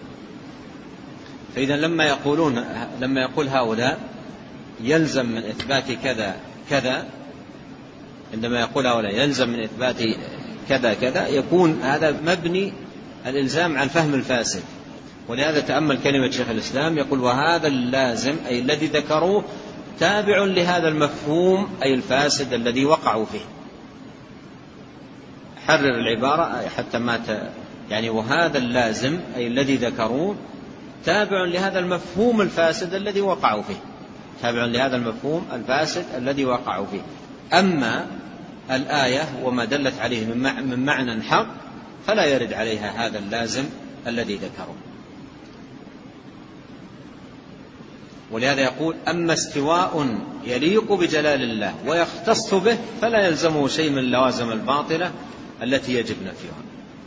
فإذا لما يقول هؤلاء يلزم من إثبات كذا كذا، عندما يقول هؤلاء يلزم من إثبات كذا كذا، يكون هذا مبني الإلزام عن الفهم الفاسد. ولهذا تأمل كلمة شيخ الإسلام يقول وهذا اللازم أي الذي ذكروه تابع لهذا المفهوم أي الفاسد الذي وقعوا فيه. حرر العبارة حتى ما يعني وهذا اللازم أي الذي ذكروه تابع لهذا المفهوم الفاسد الذي وقعوا فيه، تابع لهذا المفهوم الفاسد الذي وقعوا فيه. أما الآية وما دلت عليه من معنى حق فلا يرد عليها هذا اللازم الذي ذكره. ولهذا يقول أما استواء يليق بجلال الله ويختص به فلا يلزمه شيء من اللوازم الباطلة التي يجب نفيها.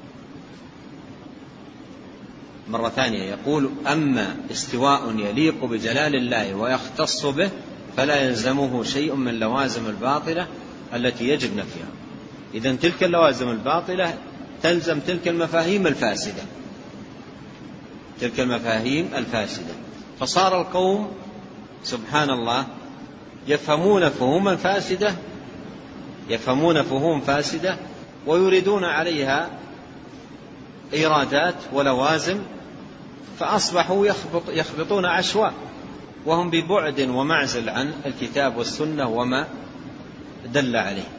مرة ثانية يقول أما استواء يليق بجلال الله ويختص به فلا يلزمه شيء من لوازم الباطلة التي يجب نفيها. إذن تلك اللوازم الباطلة تلزم تلك المفاهيم الفاسدة، تلك المفاهيم الفاسدة. فصار القوم سبحان الله يفهمون فهوم فاسدة ويريدون عليها إيرادات ولوازم، فأصبحوا يخبطون عشواء وهم ببعد ومعزل عن الكتاب والسنة وما دل عليه.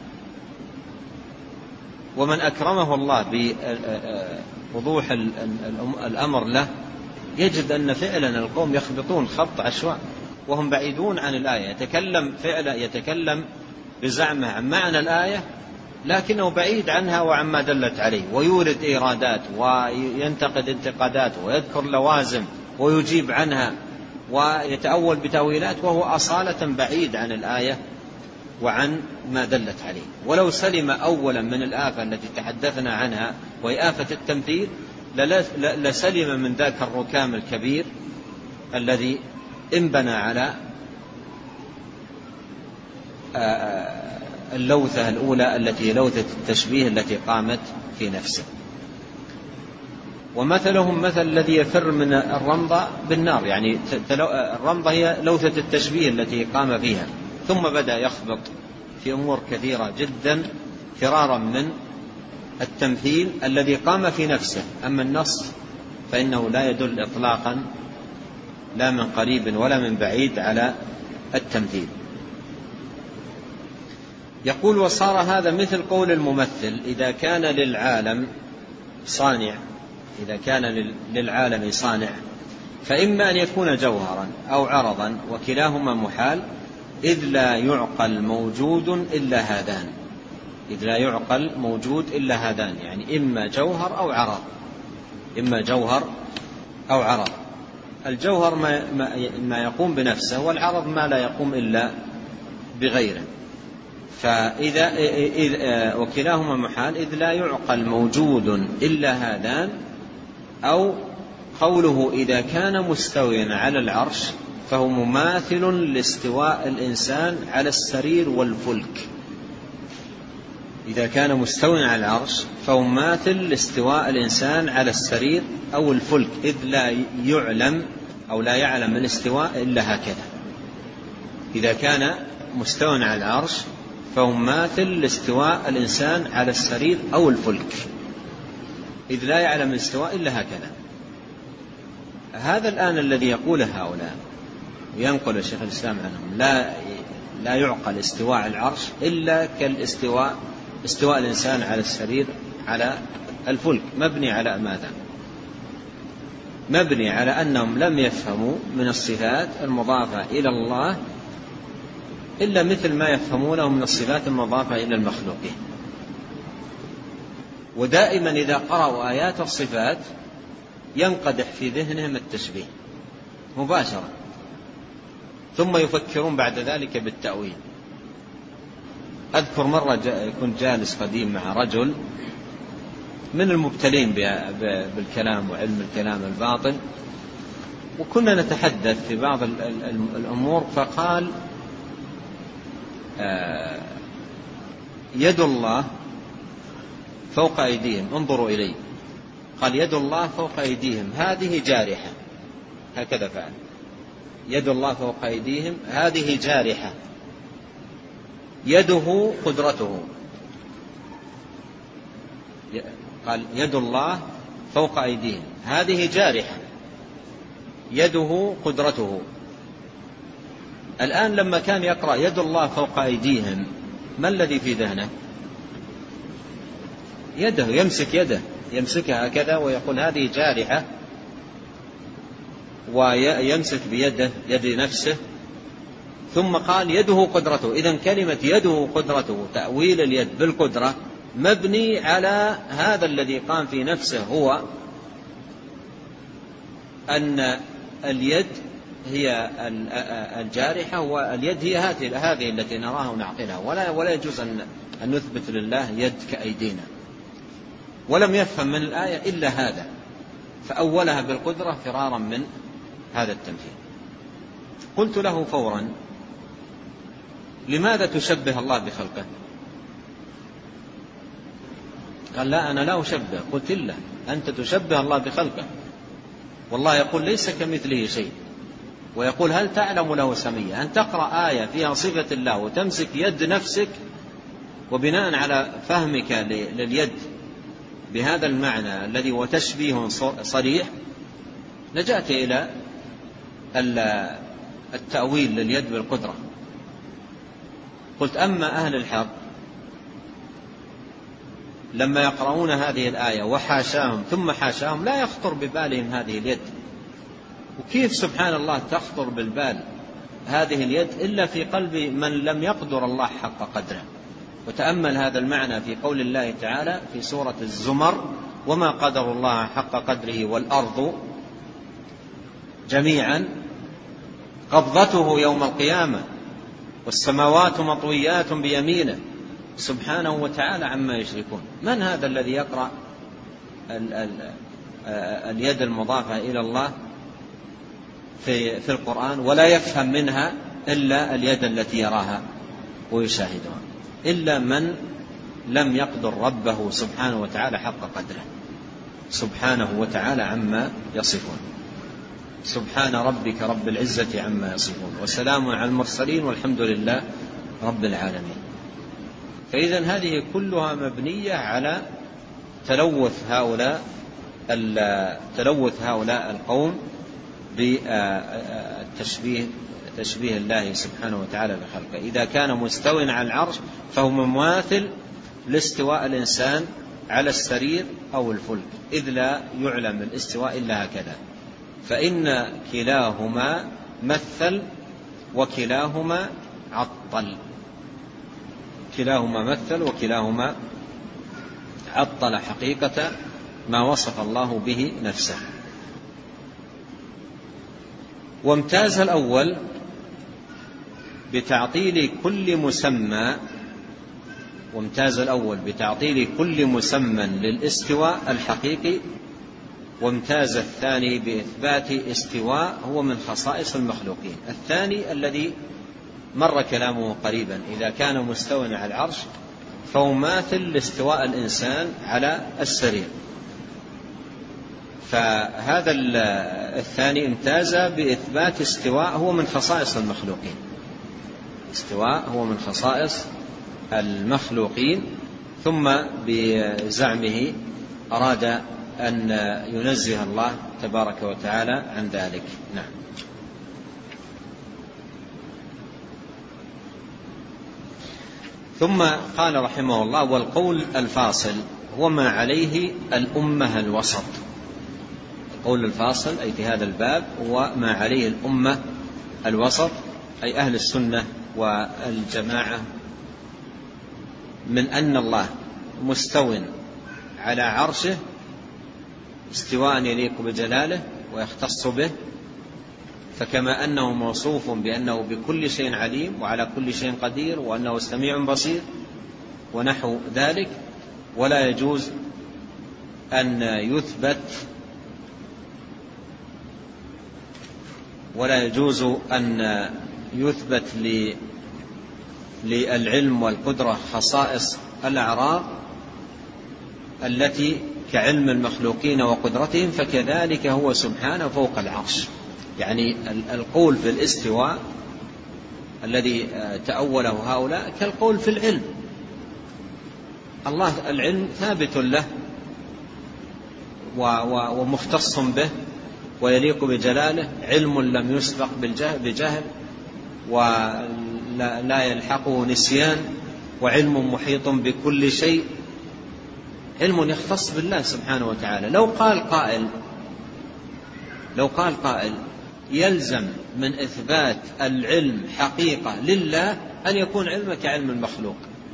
ومن أكرمه الله بوضوح الأمر له يجد أن فعلا القوم يخبطون خبط عشواء وهم بعيدون عن الآية. يتكلم بزعمه عن معنى الآية لكنه بعيد عنها وعما دلت عليه، ويورد إيرادات وينتقد انتقادات ويذكر لوازم ويجيب عنها ويتأول بتأويلات، وهو أصالة بعيد عن الآية وعن ما دلت عليه. ولو سلم أولا من الآفة التي تحدثنا عنها وهي آفة التمثيل لسلم من ذاك الركام الكبير الذي انبنى على اللوثة الأولى التي لوثة التشبيه التي قامت في نفسه. ومثلهم مثل الذي يفر من الرمضة بالنار، يعني الرمضة هي لوثة التشبيه التي قام فيها، ثم بدأ يخبط في أمور كثيرة جدا فرارا من التمثيل الذي قام في نفسه. أما النص فإنه لا يدل إطلاقا لا من قريب ولا من بعيد على التمثيل. يقول وصار هذا مثل قول الممثل إذا كان للعالم صانع فإما أن يكون جوهرا أو عرضا وكلاهما محال إذ لا يعقل موجود إلا هذان، يعني إما جوهر أو عرض. الجوهر ما يقوم بنفسه، والعرض ما لا يقوم إلا بغيره. فإذا وكلاهما محال إذ لا يعقل موجود إلا هذان، أو قوله إذا كان مستويا على العرش فهو مماثل لاستواء الإنسان على السرير والفلك. إذا كان مستوٍ على العرش فهو ماثل لاستواء الإنسان على السرير أو الفلك، إذ لا يعلم أو لا يعلم الاستواء إلا هكذا. إذا كان مستوٍ على العرش فهو ماثل لاستواء الإنسان على السرير أو الفلك، إذ لا يعلم الاستواء إلا هكذا. هذا الآن الذي يقوله هؤلاء وينقل الشيخ الإسلام عنهم، لا يعقل استواء العرش إلا كالاستواء الإنسان على السرير على الفلك. مبني على ماذا؟ مبني على أنهم لم يفهموا من الصفات المضافة إلى الله إلا مثل ما يفهمونه من الصفات المضافة إلى المخلوقين. ودائما إذا قرأوا آيات الصفات ينقدح في ذهنهم التشبيه مباشرة، ثم يفكرون بعد ذلك بالتأويل. أذكر مرة كنت جالس قديم مع رجل من المبتلين بالكلام وعلم الكلام الباطن، وكنا نتحدث في بعض الأمور، فقال يد الله فوق أيديهم، انظروا إلي. قال يد الله فوق أيديهم هذه جارحة، هكذا فعل. يد الله فوق أيديهم هذه جارحة، يده قدرته. قال يد الله فوق أيديهم هذه جارحة، يده قدرته. الآن لما كان يقرأ يد الله فوق أيديهم، ما الذي في ذهنه؟ يده، يمسك يده، يمسكها هكذا ويقول هذه جارحة، ويمسك بيده يد نفسه. ثم قال يده قدرته. إذن كلمة يده قدرته، تأويل اليد بالقدرة، مبني على هذا الذي قام في نفسه، هو أن اليد هي الجارحة، واليد هي هذه التي نراها ونعقلها، ولا يجوز أن نثبت لله يد كأيدينا. ولم يفهم من الآية إلا هذا، فأولها بالقدرة فرارا من هذا التمثيل. قلت له فورا لماذا تشبه الله بخلقه؟ قال لا، أنا لا أشبه. قلت له أنت تشبه الله بخلقه، والله يقول ليس كمثله شيء، ويقول هل تعلم له سمية؟ أن تقرأ آية فيها صفة الله وتمسك يد نفسك، وبناء على فهمك لليد بهذا المعنى الذي هو تشبيه صريح لجأت إلى التأويل لليد بالقدرة. قلت أما أهل الحق لما يقرؤون هذه الآية وحاشاهم ثم حاشاهم لا يخطر ببالهم هذه اليد. وكيف سبحان الله تخطر بالبال هذه اليد إلا في قلب من لم يقدر الله حق قدره. وتأمل هذا المعنى في قول الله تعالى في سورة الزمر: وما قدر الله حق قدره والأرض جميعا قبضته يوم القيامة والسماوات مطويات بيمينه سبحانه وتعالى عما يشركون. من هذا الذي يقرأ اليد المضافة إلى الله في القرآن ولا يفهم منها إلا اليد التي يراها ويشاهدها؟ إلا من لم يقدر ربه سبحانه وتعالى حق قدره سبحانه وتعالى عما يصفون. سبحان ربك رب العزة عما يصفون وسلام على المرسلين والحمد لله رب العالمين. فإذن هذه كلها مبنية على تلوث هؤلاء القوم بتشبيه الله سبحانه وتعالى بخلقه. إذا كان مستوٍ على العرش فهو مماثل لاستواء الإنسان على السرير أو الفلك، إذ لا يعلم الاستواء إلا هكذا. فإن كلاهما مثل وكلاهما عطل، كلاهما مثل وكلاهما عطل حقيقة ما وصف الله به نفسه. وامتاز الأول بتعطيل كل مسمى للاستواء الحقيقي، وامتاز الثاني بإثبات استواء هو من خصائص المخلوقين. الثاني الذي مر كلامه قريبا: إذا كان مستوٍ على العرش فهو ماثل لاستواء الإنسان على السرير. فهذا الثاني امتاز بإثبات استواء هو من خصائص المخلوقين، استواء هو من خصائص المخلوقين، ثم بزعمه أراد أن ينزه الله تبارك وتعالى عن ذلك. نعم. ثم قال رحمه الله: والقول الفاصل هو ما عليه الأمة الوسط. القول الفاصل أي في هذا الباب هو ما عليه الأمة الوسط، أي أهل السنة والجماعة، من أن الله مستو على عرشه استواء يليق بجلاله ويختص به، فكما أنه موصوف بأنه بكل شيء عليم وعلى كل شيء قدير وأنه سميع بصير ونحو ذلك، ولا يجوز أن يثبت للعلم والقدرة خصائص الأعراض التي كعلم المخلوقين وقدرتهم، فكذلك هو سبحانه فوق العرش. يعني القول في الاستواء الذي تأوله هؤلاء كالقول في العلم. الله العلم ثابت له ومختص به ويليق بجلاله، علم لم يسبق بجهل ولا يلحقه نسيان، وعلم محيط بكل شيء، علم يختص بالله سبحانه وتعالى. لو قال قائل يلزم من إثبات العلم حقيقة لله أن يكون علمه كعلم المخلوق،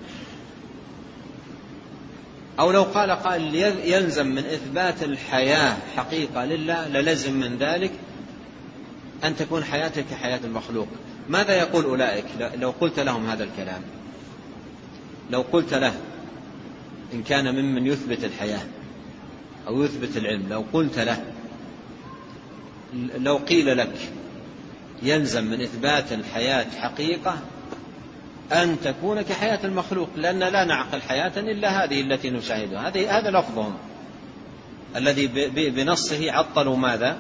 أو لو قال قائل يلزم من إثبات الحياة حقيقة لله للزم من ذلك أن تكون حياتك كحياة المخلوق. ماذا يقول أولئك لو قلت لهم هذا الكلام؟ لو قلت له إن كان ممن يثبت الحياة أو يثبت العلم، لو قلت له لو قيل لك يلزم من إثبات الحياة حقيقة أن تكون كحياة المخلوق، لأن لا نعقل حياة إلا هذه التي نشاهدها، هذا لفظهم الذي بنصه عطلوا ماذا؟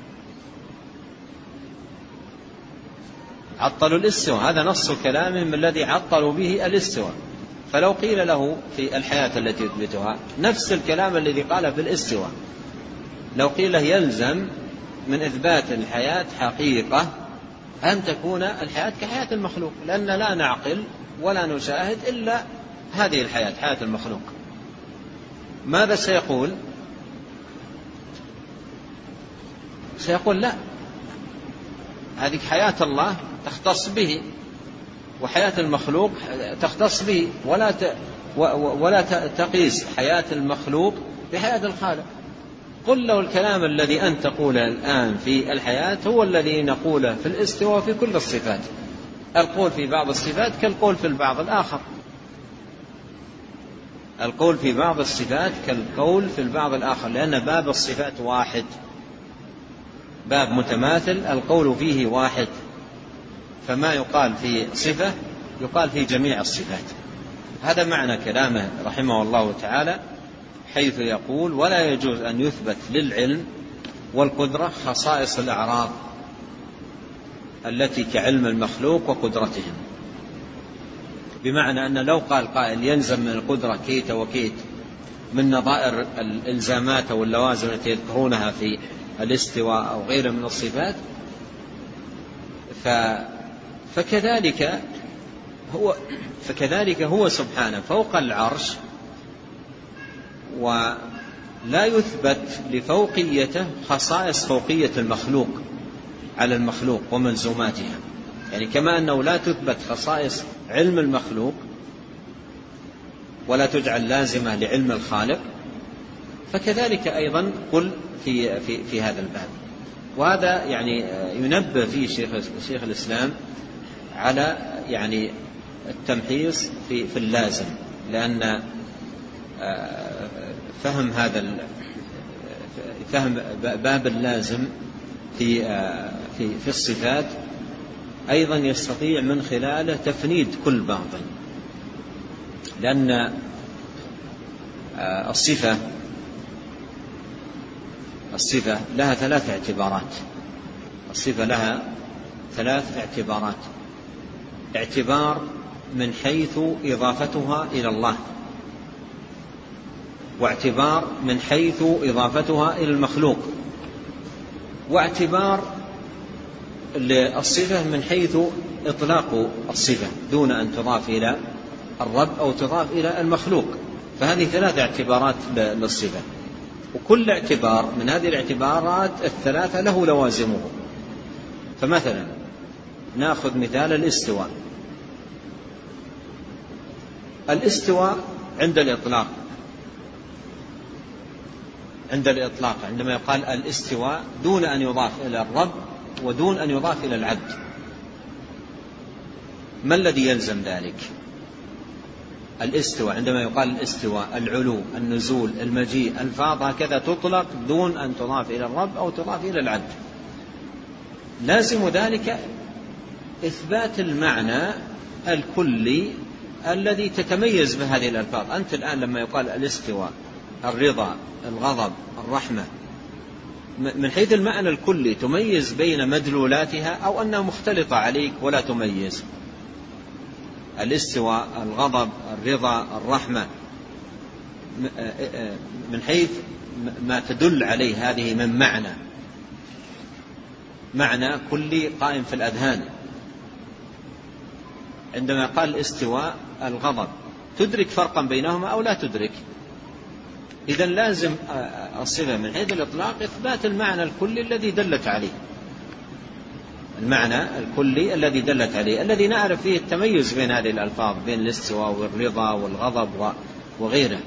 عطلوا الاستواء، هذا نص كلامهم الذي عطلوا به الاستواء. فلو قيل له في الحياة التي يثبتها نفس الكلام الذي قال في الاستواء، لو قيل يلزم من إثبات الحياة حقيقة أن تكون الحياة كحياة المخلوق، لأن لا نعقل ولا نشاهد إلا هذه الحياة، حياة المخلوق، ماذا سيقول؟ سيقول لا، هذه حياة الله تختص به، وحياة المخلوق تختص به، ولا تقيس حياة المخلوق بحياة الخالق. قل له الكلام الذي أنت تقوله الآن في الحياة هو الذي نقوله في الاستواء في كل الصفات. القول في بعض الصفات كالقول في البعض الآخر، القول في بعض الصفات كالقول في البعض الآخر، لأن باب الصفات واحد، باب متماثل القول فيه واحد، فما يقال في صفة يقال في جميع الصفات. هذا معنى كلامه رحمه الله تعالى، حيث يقول: ولا يجوز أن يثبت للعلم والقدرة خصائص الأعراض التي كعلم المخلوق وقدرتهم. بمعنى أن لو قال قائل يلزم من القدرة كيت وكيت من نظائر الإلزامات أو اللوازم التي يذكرونها في الاستواء أو غيره من الصفات، فكذلك هو سبحانه فوق العرش، ولا يثبت لفوقيته خصائص فوقية المخلوق على المخلوق وملزوماتها. يعني كما أنه لا تثبت خصائص علم المخلوق ولا تجعل لازمة لعلم الخالق، فكذلك أيضا قل في هذا الباب. وهذا يعني ينبه فيه شيخ الإسلام على يعني التمحيص في اللازم، لأن فهم باب اللازم في الصفات أيضا يستطيع من خلاله تفنيد كل باطل، لأن الصفة لها ثلاث اعتبارات. الصفة لها ثلاث اعتبارات: اعتبار من حيث إضافتها إلى الله، واعتبار من حيث إضافتها إلى المخلوق، واعتبار للصفة من حيث إطلاق الصفة دون أن تضاف إلى الرب أو تضاف إلى المخلوق. فهذه ثلاث اعتبارات للصفة، وكل اعتبار من هذه الاعتبارات الثلاثة له لوازمه. فمثلا نأخذ مثال الاستواء. الاستواء عند الإطلاق عندما يقال الاستواء دون أن يضاف إلى الرب ودون أن يضاف إلى العبد، ما الذي يلزم ذلك؟ الاستواء عندما يقال الاستواء، العلو، النزول، المجيء، الفاظ هكذا تطلق دون أن تضاف إلى الرب أو تضاف إلى العبد. لازم ذلك إثبات المعنى الكلي الذي تتميز بهذه الألفاظ. أنت الآن لما يقال الاستواء، الرضا، الغضب، الرحمة، من حيث المعنى الكلي تميز بين مدلولاتها أو أنها مختلطة عليك ولا تميز؟ الاستواء، الغضب، الرضا، الرحمة، من حيث ما تدل عليه هذه من معنى كلي قائم في الأذهان. عندما قال الاستواء، الغضب، تدرك فرقا بينهما أو لا تدرك؟ إذن لازم الصفة من حيث الإطلاق إثبات المعنى الكلي الذي دلت عليه، المعنى الكلي الذي دلت عليه، الذي نعرف فيه التميز بين هذه الألفاظ، بين الاستواء والرضا والغضب وغيره.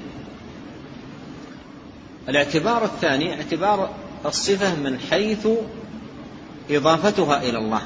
الاعتبار الثاني اعتبار الصفة من حيث إضافتها إلى الله.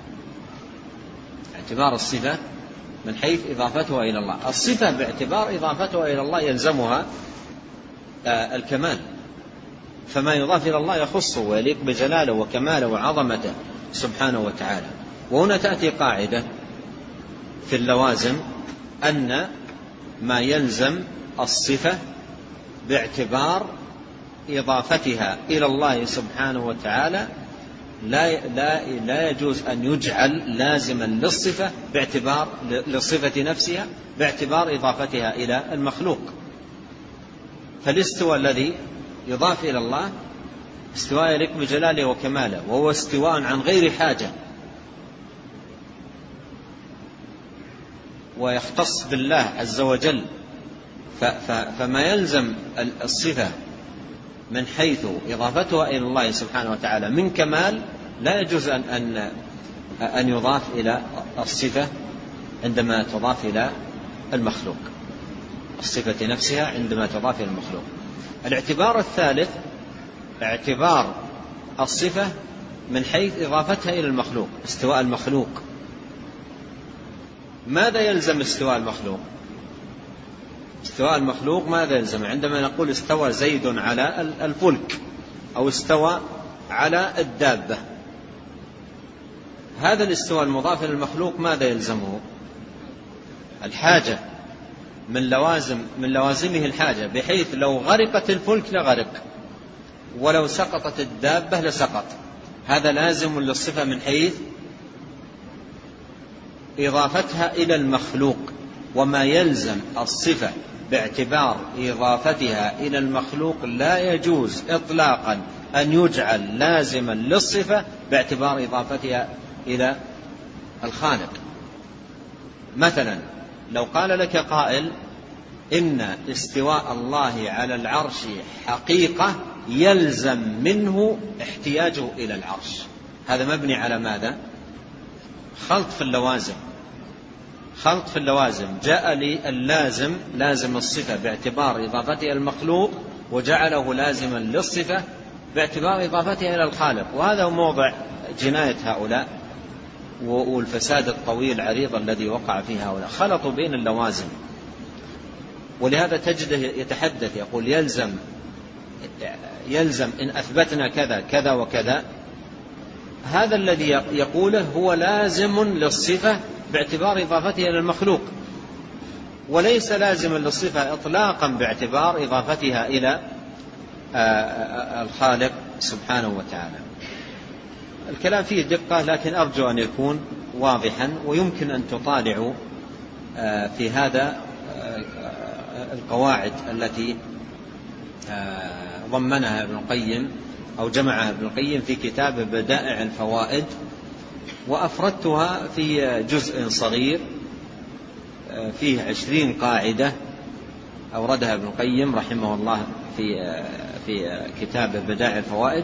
اعتبار الصفة من حيث إضافتها إلى الله. الصفة باعتبار إضافتها إلى الله يلزمها الكمال، فما يضاف إلى الله يخصه ويليق بجلاله وكماله وعظمته سبحانه وتعالى. وهنا تأتي قاعدة في اللوازم أن ما يلزم الصفة باعتبار إضافتها إلى الله سبحانه وتعالى لا يجوز أن يجعل لازما للصفة باعتبار للصفة نفسها باعتبار إضافتها إلى المخلوق. فالاستواء الذي يضاف إلى الله استواء يليق بجلاله وكماله، وهو استواء عن غير حاجة ويختص بالله عز وجل. فما يلزم الصفة من حيث إضافتها إلى الله سبحانه وتعالى من كمال لا يجوز أن يضاف إلى الصفة عندما تضاف إلى المخلوق، الصفة نفسها عندما تضاف إلى المخلوق. الاعتبار الثالث اعتبار الصفة من حيث إضافتها إلى المخلوق، استواء المخلوق. ماذا يلزم استواء المخلوق؟ استواء المخلوق ماذا يلزم؟ عندما نقول استوى زيد على الفلك أو استوى على الدابة، هذا الاستواء المضاف إلى المخلوق ماذا يلزمه؟ الحاجة، من لوازمه الحاجة، بحيث لو غرقت الفلك لغرق ولو سقطت الدابة لسقط. هذا لازم للصفة من حيث إضافتها إلى المخلوق. وما يلزم الصفة باعتبار إضافتها إلى المخلوق لا يجوز إطلاقا أن يجعل لازما للصفة باعتبار إضافتها إلى الخالق. مثلا لو قال لك قائل إن استواء الله على العرش حقيقة يلزم منه احتياجه إلى العرش، هذا مبني على ماذا؟ خلط في اللوازم. جاء لي اللازم، لازم الصفة باعتبار إضافتها إلى المخلوق، وجعله لازما للصفة باعتبار إضافتها إلى الخالق. وهذا موضع جناية هؤلاء والفساد الطويل العريض الذي وقع فيه هؤلاء، خلطوا بين اللوازم. ولهذا تجده يتحدث يقول يلزم إن أثبتنا كذا كذا وكذا. هذا الذي يقوله هو لازم للصفة باعتبار إضافتها إلى المخلوق، وليس لازما للصفة إطلاقا باعتبار إضافتها إلى الخالق سبحانه وتعالى. الكلام فيه دقة، لكن أرجو أن يكون واضحا، ويمكن أن تطالعوا في هذا القواعد التي ضمنها ابن القيم أو جمعها ابن القيم في كتاب بدائع الفوائد، وأفردتها في جزء صغير فيه 20 قاعدة أوردها ابن القيم رحمه الله في كتاب بدائع الفوائد،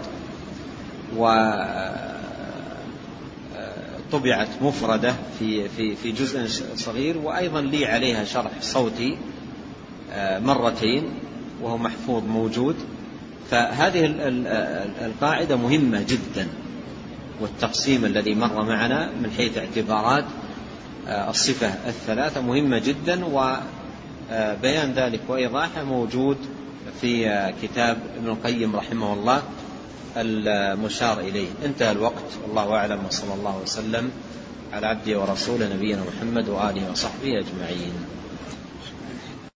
وطبعت مفردة في جزء صغير، وأيضا لي عليها شرح صوتي مرتين وهو محفوظ موجود. فهذه القاعدة مهمة جدا، والتقسيم الذي مر معنا من حيث اعتبارات الصفة الثلاثة مهمة جدا، وبيان ذلك وإيضاحه موجود في كتاب ابن القيم رحمه الله المشار إليه. انتهى الوقت، والله أعلم، وصلى الله وسلم على عبده ورسوله نبينا محمد وآله وصحبه أجمعين.